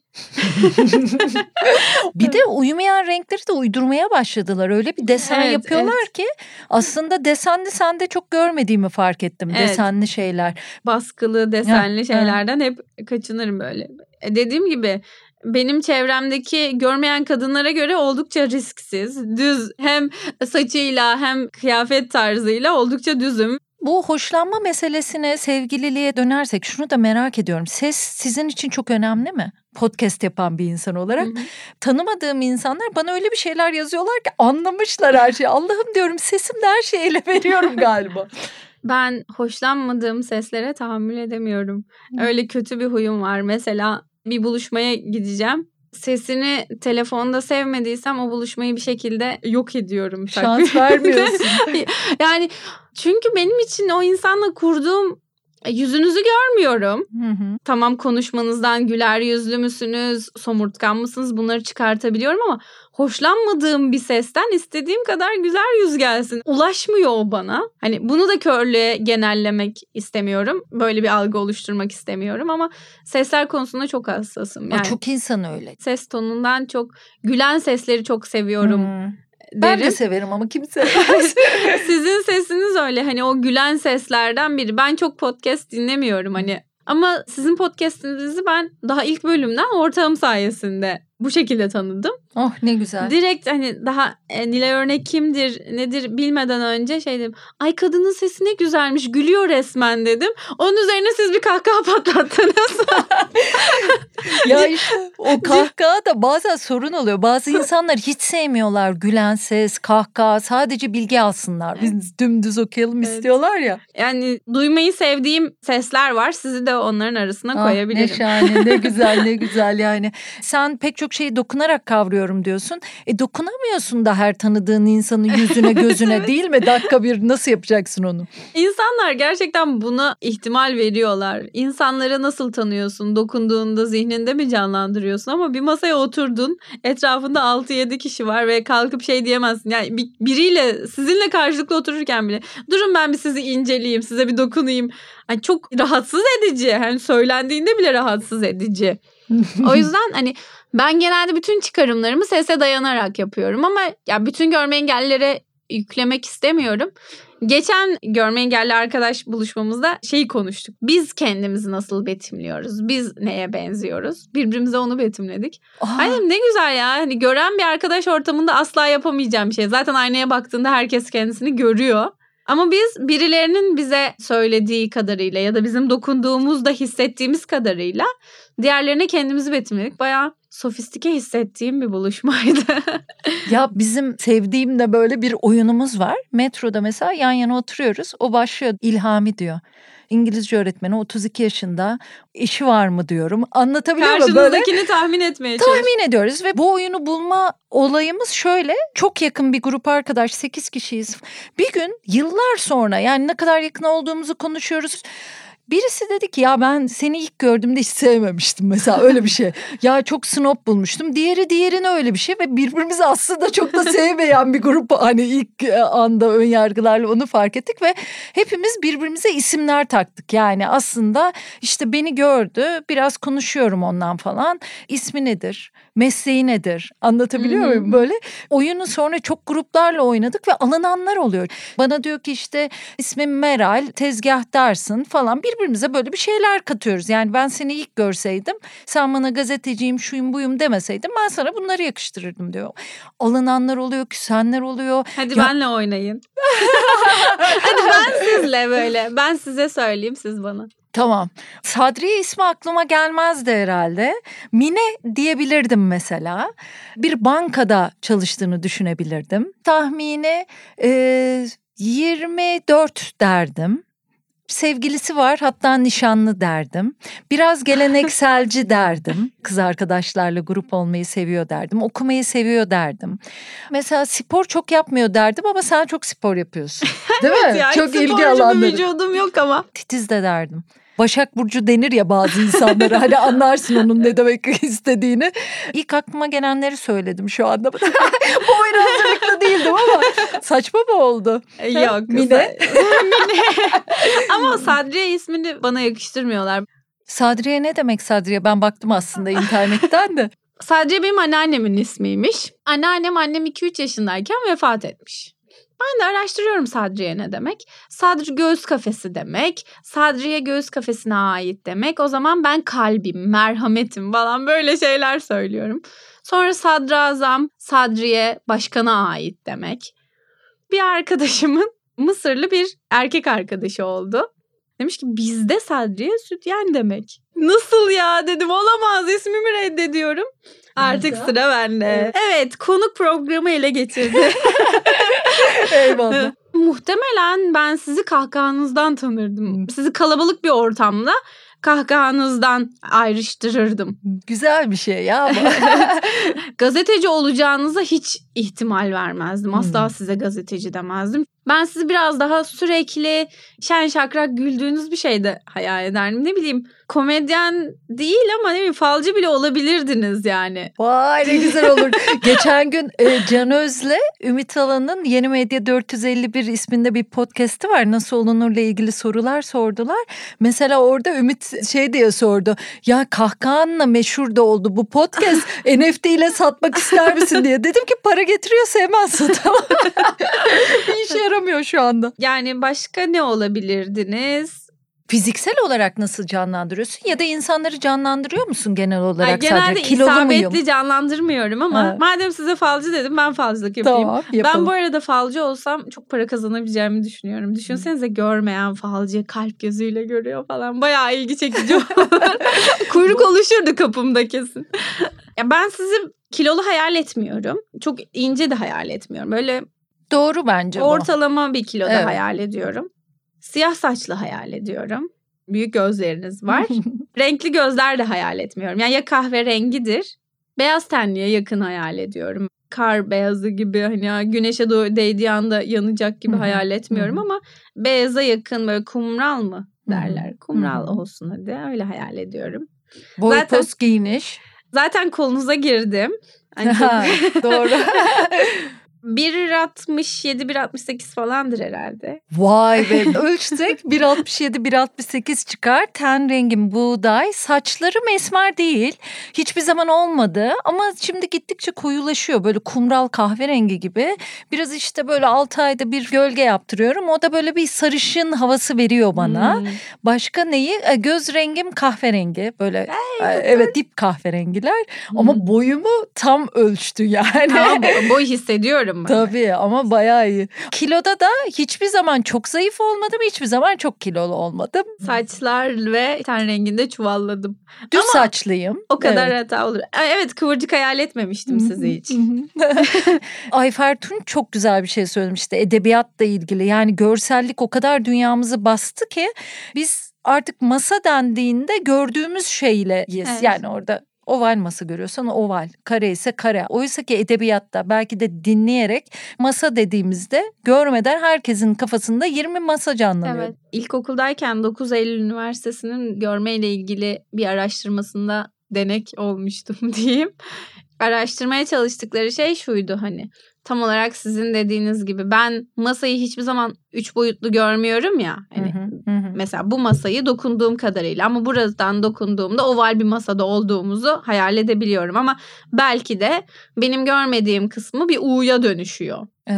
Bir de uyumayan renkleri de uydurmaya başladılar. Öyle bir desen evet, yapıyorlar evet. ki aslında desenli sende çok görmediğimi fark ettim. Evet. Desenli şeyler. Baskılı, desenli ha, şeylerden ha. hep kaçınırım böyle. E dediğim gibi benim çevremdeki görmeyen kadınlara göre oldukça risksiz. Düz, hem saçıyla hem kıyafet tarzıyla oldukça düzüm. Bu hoşlanma meselesine, sevgililiğe dönersek şunu da merak ediyorum. Ses sizin için çok önemli mi? Podcast yapan bir insan olarak. Hı hı. Tanımadığım insanlar bana öyle bir şeyler yazıyorlar ki anlamışlar her şeyi. Allah'ım diyorum, sesimde her şeyi ele veriyorum galiba. Ben hoşlanmadığım seslere tahammül edemiyorum. Hı. Öyle kötü bir huyum var. Mesela bir buluşmaya gideceğim. Sesini telefonda sevmediysem o buluşmayı bir şekilde yok ediyorum. Şans vermiyorsun. Yani çünkü benim için o insanla kurduğum, yüzünüzü görmüyorum. Hı hı. Tamam, konuşmanızdan güler yüzlü müsünüz, somurtkan mısınız, bunları çıkartabiliyorum ama hoşlanmadığım bir sesten istediğim kadar güler yüz gelsin. Ulaşmıyor o bana. Hani bunu da körlüğe genellemek istemiyorum. Böyle bir algı oluşturmak istemiyorum ama sesler konusunda çok hassasım. Yani çok insan öyle. Ses tonundan çok gülen sesleri çok seviyorum. Hmm. Derim. Ben de severim ama kim sevmez. Sizin sesiniz öyle, hani o gülen seslerden biri. Ben çok podcast dinlemiyorum hani, ama sizin podcast'inizi ben daha ilk bölümden ortağım sayesinde bu şekilde tanıdım. Oh ne güzel. Direkt hani daha e, Nilay Örnek kimdir nedir bilmeden önce şey dedim. Ay kadının sesi ne güzelmiş, gülüyor resmen dedim. Onun üzerine siz bir kahkaha patlattınız. Ya işte o kahkaha da bazen sorun oluyor. Bazı insanlar hiç sevmiyorlar gülen ses, kahkaha, sadece bilgi alsınlar. Biz dümdüz okuyalım evet. istiyorlar ya. Yani duymayı sevdiğim sesler var. Sizi de onların arasına ah, koyabilirim. Ne şahane, ne güzel, ne güzel yani. Sen pek çok şeyi dokunarak kavruyorum diyorsun. E dokunamıyorsun da her tanıdığın insanın yüzüne gözüne değil mi? Dakika bir nasıl yapacaksın onu? İnsanlar gerçekten buna ihtimal veriyorlar. İnsanları nasıl tanıyorsun? Dokunduğunda zihninde mi canlandırıyorsun? Ama bir masaya oturdun, etrafında altı yedi kişi var ve kalkıp şey diyemezsin. Yani bir, biriyle, sizinle karşılıklı otururken bile durun ben bir sizi inceleyeyim, size bir dokunayım. Yani çok rahatsız edici. Hani söylendiğinde bile rahatsız edici. O yüzden hani ben genelde bütün çıkarımlarımı sese dayanarak yapıyorum ama ya bütün görme engellilere yüklemek istemiyorum. Geçen görme engelli arkadaş buluşmamızda şeyi konuştuk. Biz kendimizi nasıl betimliyoruz? Biz neye benziyoruz? Birbirimize onu betimledik. Hani ne güzel ya. Hani gören bir arkadaş ortamında asla yapamayacağım bir şey. Zaten aynaya baktığında herkes kendisini görüyor. Ama biz birilerinin bize söylediği kadarıyla ya da bizim dokunduğumuzda hissettiğimiz kadarıyla diğerlerine kendimizi betimledik. Bayağı sofistike hissettiğim bir buluşmaydı. Ya bizim sevdiğim de böyle bir oyunumuz var. Metroda mesela yan yana oturuyoruz. O başlıyor, İlhami diyor. İngilizce öğretmeni, otuz iki yaşında, eşi var mı diyorum. Anlatabiliyor muyum? Karşınızdakini tahmin etmeye çalışıyoruz. Tahmin ediyoruz ve bu oyunu bulma olayımız şöyle. Çok yakın bir grup arkadaş, sekiz kişiyiz. Bir gün yıllar sonra, yani ne kadar yakın olduğumuzu konuşuyoruz. Birisi dedi ki ya ben seni ilk gördüğümde hiç sevmemiştim mesela, öyle bir şey. Ya çok snob bulmuştum. Diğeri diğerine öyle bir şey ve birbirimizi aslında çok da sevmeyen bir grup, hani ilk anda ön yargılarla onu fark ettik ve hepimiz birbirimize isimler taktık. Yani aslında işte beni gördü, biraz konuşuyorum ondan falan. İsmi nedir? Mesleği nedir? Anlatabiliyor muyum? Hmm. Böyle oyunu sonra çok gruplarla oynadık ve alınanlar oluyor. Bana diyor ki işte ismim Meral, tezgahtarsın falan. Bir birbirimize böyle bir şeyler katıyoruz. Yani ben seni ilk görseydim, sen bana gazeteciyim, şuyum buyum demeseydin ben sana bunları yakıştırırdım diyor. Alınanlar oluyor, küsenler oluyor. Hadi ya... benle oynayın. Hadi ben sizle böyle. Ben size söyleyeyim, siz bana. Tamam. Sadriye ismi aklıma gelmezdi herhalde. Mine diyebilirdim mesela. Bir bankada çalıştığını düşünebilirdim. Tahmini e, yirmi dört derdim. Sevgilisi var, hatta nişanlı derdim. Biraz gelenekselci derdim. Kız arkadaşlarla grup olmayı seviyor derdim. Okumayı seviyor derdim. Mesela spor çok yapmıyor derdim ama sen çok spor yapıyorsun. Değil evet mi? Ya, çok ilgi alanları. Bir vücudum yok ama. Titiz de derdim. Başak Burcu denir ya bazı insanlara, hani anlarsın onun ne demek istediğini. İlk aklıma gelenleri söyledim şu anda. Bu oyuna hazırlıklı değildim ama saçma mı oldu? Yok. Mine. Mine. Ama Sadriye ismini bana yakıştırmıyorlar. Sadriye ne demek Sadriye? Ben baktım aslında internetten de. Sadriye benim anneannemin ismiymiş. Anneannem annem iki üç yaşındayken vefat etmiş. Ben de araştırıyorum Sadriye ne demek. Sadri göğüs kafesi demek. Sadriye göğüs kafesine ait demek. O zaman ben kalbim, merhametim falan böyle şeyler söylüyorum. Sonra sadrazam, Sadriye başkana ait demek. Bir arkadaşımın Mısırlı bir erkek arkadaşı oldu. Demiş ki bizde Sadriye sütyen demek. Nasıl ya dedim, olamaz, ismimi reddediyorum. Artık Nasıl? Sıra bende. Evet. evet, konuk programı ele getirdi. Eyvallah. Muhtemelen ben sizi kahkahanızdan tanırdım. Hmm. Sizi kalabalık bir ortamda kahkahanızdan ayrıştırırdım. Güzel bir şey ya ama. Gazeteci olacağınıza hiç ihtimal vermezdim. Asla hmm. size gazeteci demezdim. Ben sizi biraz daha sürekli şen şakrak güldüğünüz bir şey de hayal ederdim. Ne bileyim, komedyen değil ama ne bileyim falcı bile olabilirdiniz yani. Vay ne güzel olur. Geçen gün e, Can Öz'le Ümit Alan'ın Yeni Medya dört yüz elli bir isminde bir podcast'i var. Nasıl olunurla ilgili sorular sordular. Mesela orada Ümit şey diye sordu. Ya kahkahanla meşhur da oldu bu podcast. N F T ile satmak ister misin diye. Dedim ki para getiriyor sevmezsin. Tamam. Bir işe yaramıyor şu anda. Yani başka ne olabilirdiniz? Fiziksel olarak nasıl canlandırıyorsun ya da insanları canlandırıyor musun genel olarak? Ay, genelde isabetli canlandırmıyorum ama ha. madem size falcı dedim ben falcılık yapayım. Tamam, yapalım. Ben bu arada falcı olsam çok para kazanabileceğimi düşünüyorum. Düşünsenize, görmeyen falcı kalp gözüyle görüyor falan. Bayağı ilgi çekici olur. Kuyruk oluşurdu kapımda kesin. Ya ben sizi kilolu hayal etmiyorum. Çok ince de hayal etmiyorum. Böyle doğru bence bu. Ortalama bir kiloda evet. hayal ediyorum. Siyah saçlı hayal ediyorum. Büyük gözleriniz var. Renkli gözler de hayal etmiyorum. Yani ya kahverengidir, beyaz tenliye yakın hayal ediyorum. Kar beyazı gibi, hani güneşe değdiği anda yanacak gibi hayal etmiyorum ama beyaza yakın, böyle kumral mı derler. Kumral olsun hadi, öyle hayal ediyorum. Boy zaten, poz giyiniş. Zaten kolunuza girdim. Hani doğru. bir altmış yedi bir altmış sekiz falandır herhalde. Vay be, ölçsek bir altmış yedi bir altmış sekiz çıkar. Ten rengim buğday, saçlarım esmer değil. Hiçbir zaman olmadı ama şimdi gittikçe koyulaşıyor, böyle kumral kahverengi gibi. Biraz işte böyle altı ayda bir gölge yaptırıyorum. O da böyle bir sarışın havası veriyor bana. Hmm. Başka neyi? Göz rengim kahverengi. Böyle hey, evet, dip kahverengiler. Hmm. Ama boyumu tam ölçtü yani. Tamam, boy hissediyorum. Tabii ama bayağı iyi. Kiloda da hiçbir zaman çok zayıf olmadım, hiçbir zaman çok kilolu olmadım. Saçlar ve ten renginde çuvalladım. Düz ama saçlıyım. O kadar evet. hata olur. Evet, kıvırcık hayal etmemiştim sizi hiç. Ayfer Tunç çok güzel bir şey söylemişti edebiyatla ilgili. Yani görsellik o kadar dünyamızı bastı ki biz artık masa dendiğinde gördüğümüz şeyle yes. Evet. Yani orada oval masa görüyorsan oval, kare ise kare. Oysa ki edebiyatta belki de dinleyerek masa dediğimizde görmeden herkesin kafasında yirmi masa canlanıyor. Evet. İlkokuldayken dokuz Eylül Üniversitesi'nin görmeyle ilgili bir araştırmasında denek olmuştum diyeyim. Araştırmaya çalıştıkları şey şuydu, hani tam olarak sizin dediğiniz gibi ben masayı hiçbir zaman üç boyutlu görmüyorum ya. Hani hı hı, hı. Mesela bu masayı dokunduğum kadarıyla ama buradan dokunduğumda oval bir masada olduğumuzu hayal edebiliyorum ama belki de benim görmediğim kısmı bir U'ya dönüşüyor. Evet.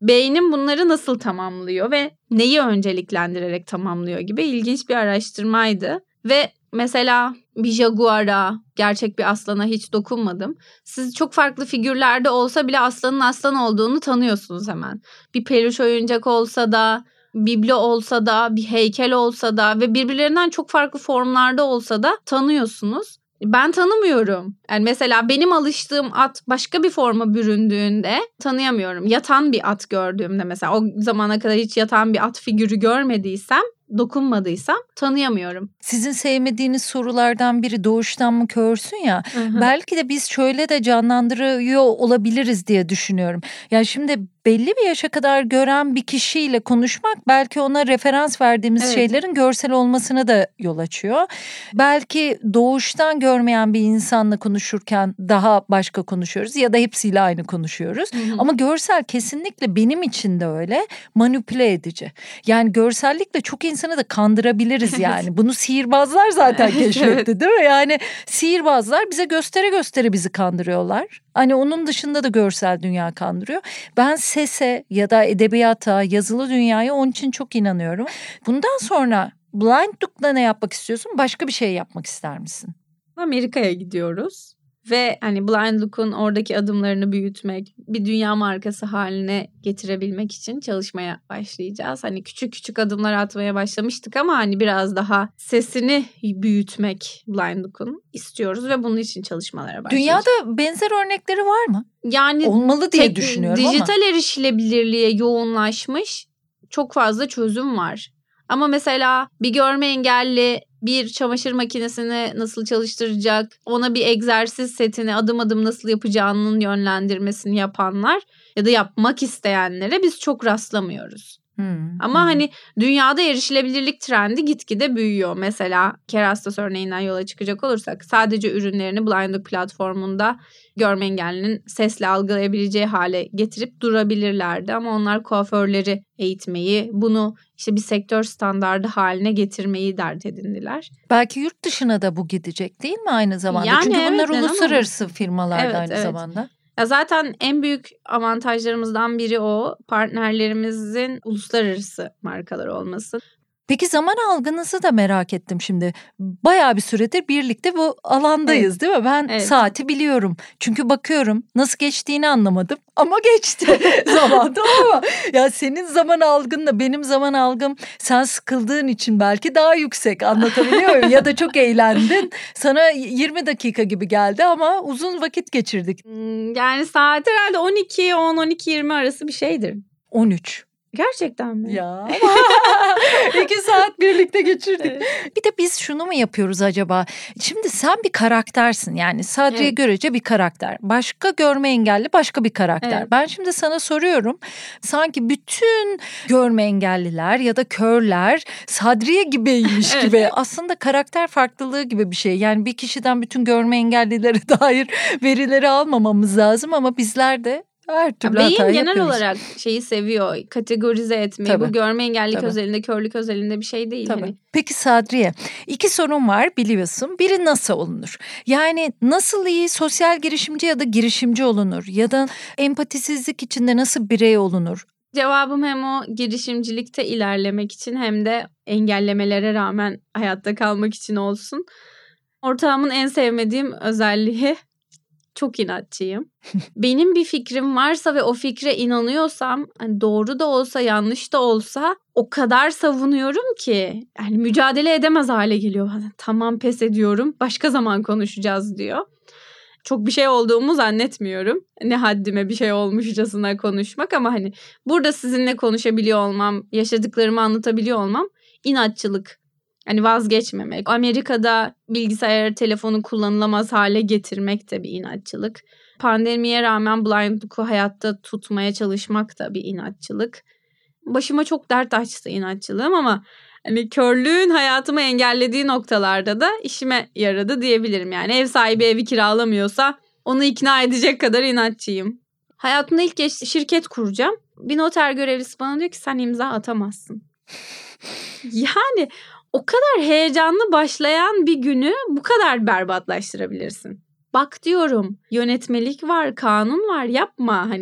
beynim bunları nasıl tamamlıyor ve neyi önceliklendirerek tamamlıyor gibi ilginç bir araştırmaydı. Ve mesela bir jaguara, gerçek bir aslana hiç dokunmadım. Siz çok farklı figürlerde olsa bile aslanın aslan olduğunu tanıyorsunuz hemen. Bir peluş oyuncak olsa da, biblo olsa da, bir heykel olsa da ve birbirlerinden çok farklı formlarda olsa da tanıyorsunuz. Ben tanımıyorum. Yani mesela benim alıştığım at başka bir forma büründüğünde tanıyamıyorum. Yatan bir at gördüğümde mesela o zamana kadar hiç yatan bir at figürü görmediysem, dokunmadıysam tanıyamıyorum. Sizin sevmediğiniz sorulardan biri doğuştan mı körsün ya. Hı hı. Belki de biz şöyle de canlandırıyor olabiliriz diye düşünüyorum. Yani şimdi belli bir yaşa kadar gören bir kişiyle konuşmak belki ona referans verdiğimiz Evet. şeylerin görsel olmasına da yol açıyor. Belki doğuştan görmeyen bir insanla konuşurken daha başka konuşuyoruz ya da hepsiyle aynı konuşuyoruz. Hı hı. Ama görsel kesinlikle benim için de öyle, manipüle edici. Yani görsellikle çok insanı da kandırabiliriz yani. Bunu sihirbazlar zaten Evet, keşfetti evet. değil mi? Yani sihirbazlar bize göstere göstere bizi kandırıyorlar. Hani onun dışında da görsel dünya kandırıyor. Ben sese ya da edebiyata, yazılı dünyaya onun için çok inanıyorum. Bundan sonra Blind Look'la ne yapmak istiyorsun? Başka bir şey yapmak ister misin? Amerika'ya gidiyoruz. Ve hani Blind Look'un oradaki adımlarını büyütmek, bir dünya markası haline getirebilmek için çalışmaya başlayacağız. Hani küçük küçük adımlar atmaya başlamıştık ama hani biraz daha sesini büyütmek Blind Look'un istiyoruz ve bunun için çalışmalara başlayacağız. Dünyada benzer örnekleri var mı? Yani Olmalı diye tek- düşünüyorum ama. dijital erişilebilirliğe yoğunlaşmış çok fazla çözüm var. Ama mesela bir görme engelli bir çamaşır makinesini nasıl çalıştıracak, ona bir egzersiz setini adım adım nasıl yapacağının yönlendirmesini yapanlar ya da yapmak isteyenlere biz çok rastlamıyoruz. Hmm, Ama hmm. hani dünyada erişilebilirlik trendi gitgide büyüyor. Mesela Kerastos örneğinden yola çıkacak olursak sadece ürünlerini Blind Look platformunda görme engellinin sesle algılayabileceği hale getirip durabilirlerdi. Ama onlar kuaförleri eğitmeyi, bunu işte bir sektör standardı haline getirmeyi dert edindiler. Belki yurt dışına da bu gidecek değil mi aynı zamanda? Yani Çünkü evet, bunlar neden uluslararası firmalar Evet, da aynı evet. zamanda. Ya zaten en büyük avantajlarımızdan biri o, partnerlerimizin uluslararası markalar olması. Peki zaman algınızı da merak ettim şimdi. Bayağı bir süredir birlikte bu alandayız değil mi? Ben Evet. saati biliyorum. Çünkü bakıyorum nasıl geçtiğini anlamadım ama geçti zaman, tamam mı? Ya senin zaman algınla benim zaman algım, sen sıkıldığın için belki daha yüksek, anlatabiliyor muyum? Ya da çok eğlendin, sana yirmi dakika gibi geldi ama uzun vakit geçirdik. Hmm, Yani saat herhalde on iki on on iki yirmi arası bir şeydir. on üç. Gerçekten mi? Ya iki saat birlikte geçirdik. Evet. Bir de biz şunu mu yapıyoruz acaba? Şimdi sen bir karaktersin, yani Sadriye Evet. Görece bir karakter. Başka görme engelli başka bir karakter. Evet. Ben şimdi sana soruyorum. Sanki bütün görme engelliler ya da körler Sadriye gibiymiş Evet. gibi. Aslında karakter farklılığı gibi bir şey. Yani bir kişiden bütün görme engellilere dair verileri almamamız lazım ama bizler de her türlü Beyin hatayı genel yapıyoruz. olarak şeyi seviyor, kategorize etmeyi. Tabii. Bu görme engellilik Tabii. özelinde, körlük özelinde bir şey değil. Tabii. Hani. Peki Sadriye, iki sorun var biliyorsun. Biri nasıl olunur? Yani nasıl iyi sosyal girişimci ya da girişimci olunur? Ya da empatisizlik içinde nasıl birey olunur? Cevabım hem o girişimcilikte ilerlemek için hem de engellemelere rağmen hayatta kalmak için olsun. Ortağımın en sevmediğim özelliği çok inatçıyım. Benim bir fikrim varsa ve o fikre inanıyorsam, hani doğru da olsa yanlış da olsa o kadar savunuyorum ki yani mücadele edemez hale geliyor. Tamam, pes ediyorum, başka zaman konuşacağız diyor. Çok bir şey olduğumu zannetmiyorum. Ne haddime bir şey olmuşçasına konuşmak ama hani burada sizinle konuşabiliyor olmam, yaşadıklarımı anlatabiliyor olmam inatçılık. Hani vazgeçmemek. Amerika'da bilgisayar, telefonu kullanılamaz hale getirmek de bir inatçılık. Pandemiye rağmen Blind Look'u hayatta tutmaya çalışmak da bir inatçılık. Başıma çok dert açtı inatçılığım ama hani körlüğün hayatımı engellediği noktalarda da işime yaradı diyebilirim. Yani ev sahibi evi kiralamıyorsa onu ikna edecek kadar inatçıyım. Hayatımda ilk geç şirket kuracağım. Bir noter görevlisi bana diyor ki sen imza atamazsın. Yani o kadar heyecanlı başlayan bir günü bu kadar berbatlaştırabilirsin. Bak diyorum, yönetmelik var, kanun var, yapma hani.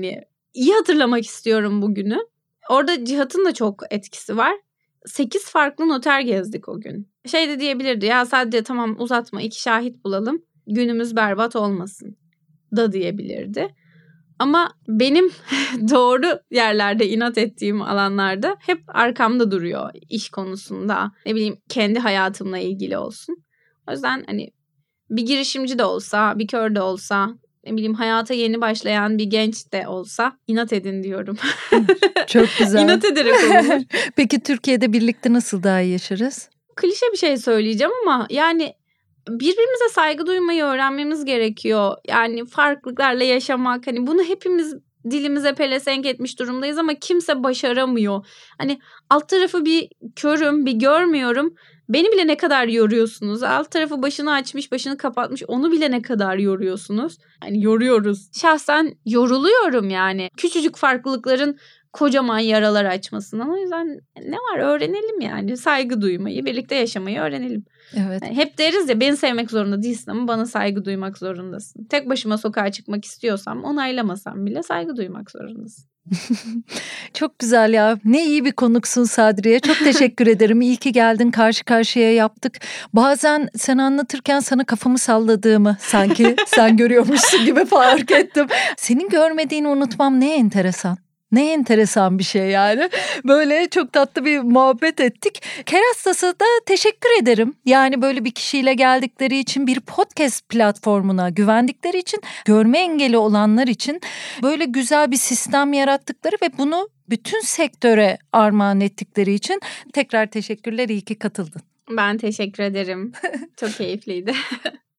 iyi hatırlamak istiyorum bugünü. Orada Cihat'ın da çok etkisi var. sekiz farklı noter gezdik o gün. Şey de diyebilirdi ya, sadece tamam uzatma, iki şahit bulalım, günümüz berbat olmasın da diyebilirdi. Ama benim doğru yerlerde inat ettiğim alanlarda hep arkamda duruyor, iş konusunda, ne bileyim kendi hayatımla ilgili olsun. O yüzden hani bir girişimci de olsa, bir kör de olsa, ne bileyim hayata yeni başlayan bir genç de olsa inat edin diyorum. Çok güzel. İnat ederek olur. Peki Türkiye'de birlikte nasıl daha iyi yaşarız? Klişe bir şey söyleyeceğim ama yani birbirimize saygı duymayı öğrenmemiz gerekiyor. Yani farklılıklarla yaşamak, hani bunu hepimiz dilimize pelesenk etmiş durumdayız ama kimse başaramıyor. Hani alt tarafı bir körüm, bir görmüyorum. Beni bile ne kadar yoruyorsunuz. Alt tarafı başını açmış, başını kapatmış. Onu bile ne kadar yoruyorsunuz. Yani yoruyoruz. Şahsen yoruluyorum yani. Küçücük farklılıkların kocaman yaralar açmasından. O yüzden ne var, öğrenelim yani. Saygı duymayı, birlikte yaşamayı öğrenelim. Evet. Yani hep deriz ya, beni sevmek zorunda değilsin ama bana saygı duymak zorundasın. Tek başıma sokağa çıkmak istiyorsam, onaylamasam bile saygı duymak zorundasın. Çok güzel ya. Ne iyi bir konuksun Sadriye. Çok teşekkür ederim. İyi ki geldin. Karşı karşıya yaptık. Bazen sen anlatırken sana kafamı salladığımı sanki sen görüyormuşsun gibi fark ettim. Senin görmediğini unutmam ne enteresan. Ne enteresan bir şey yani. Böyle çok tatlı bir muhabbet ettik. Kerastas'a da teşekkür ederim. Yani böyle bir kişiyle geldikleri için, bir podcast platformuna güvendikleri için, görme engeli olanlar için böyle güzel bir sistem yarattıkları ve bunu bütün sektöre armağan ettikleri için tekrar teşekkürler. İyi ki katıldın. Ben teşekkür ederim. Çok keyifliydi.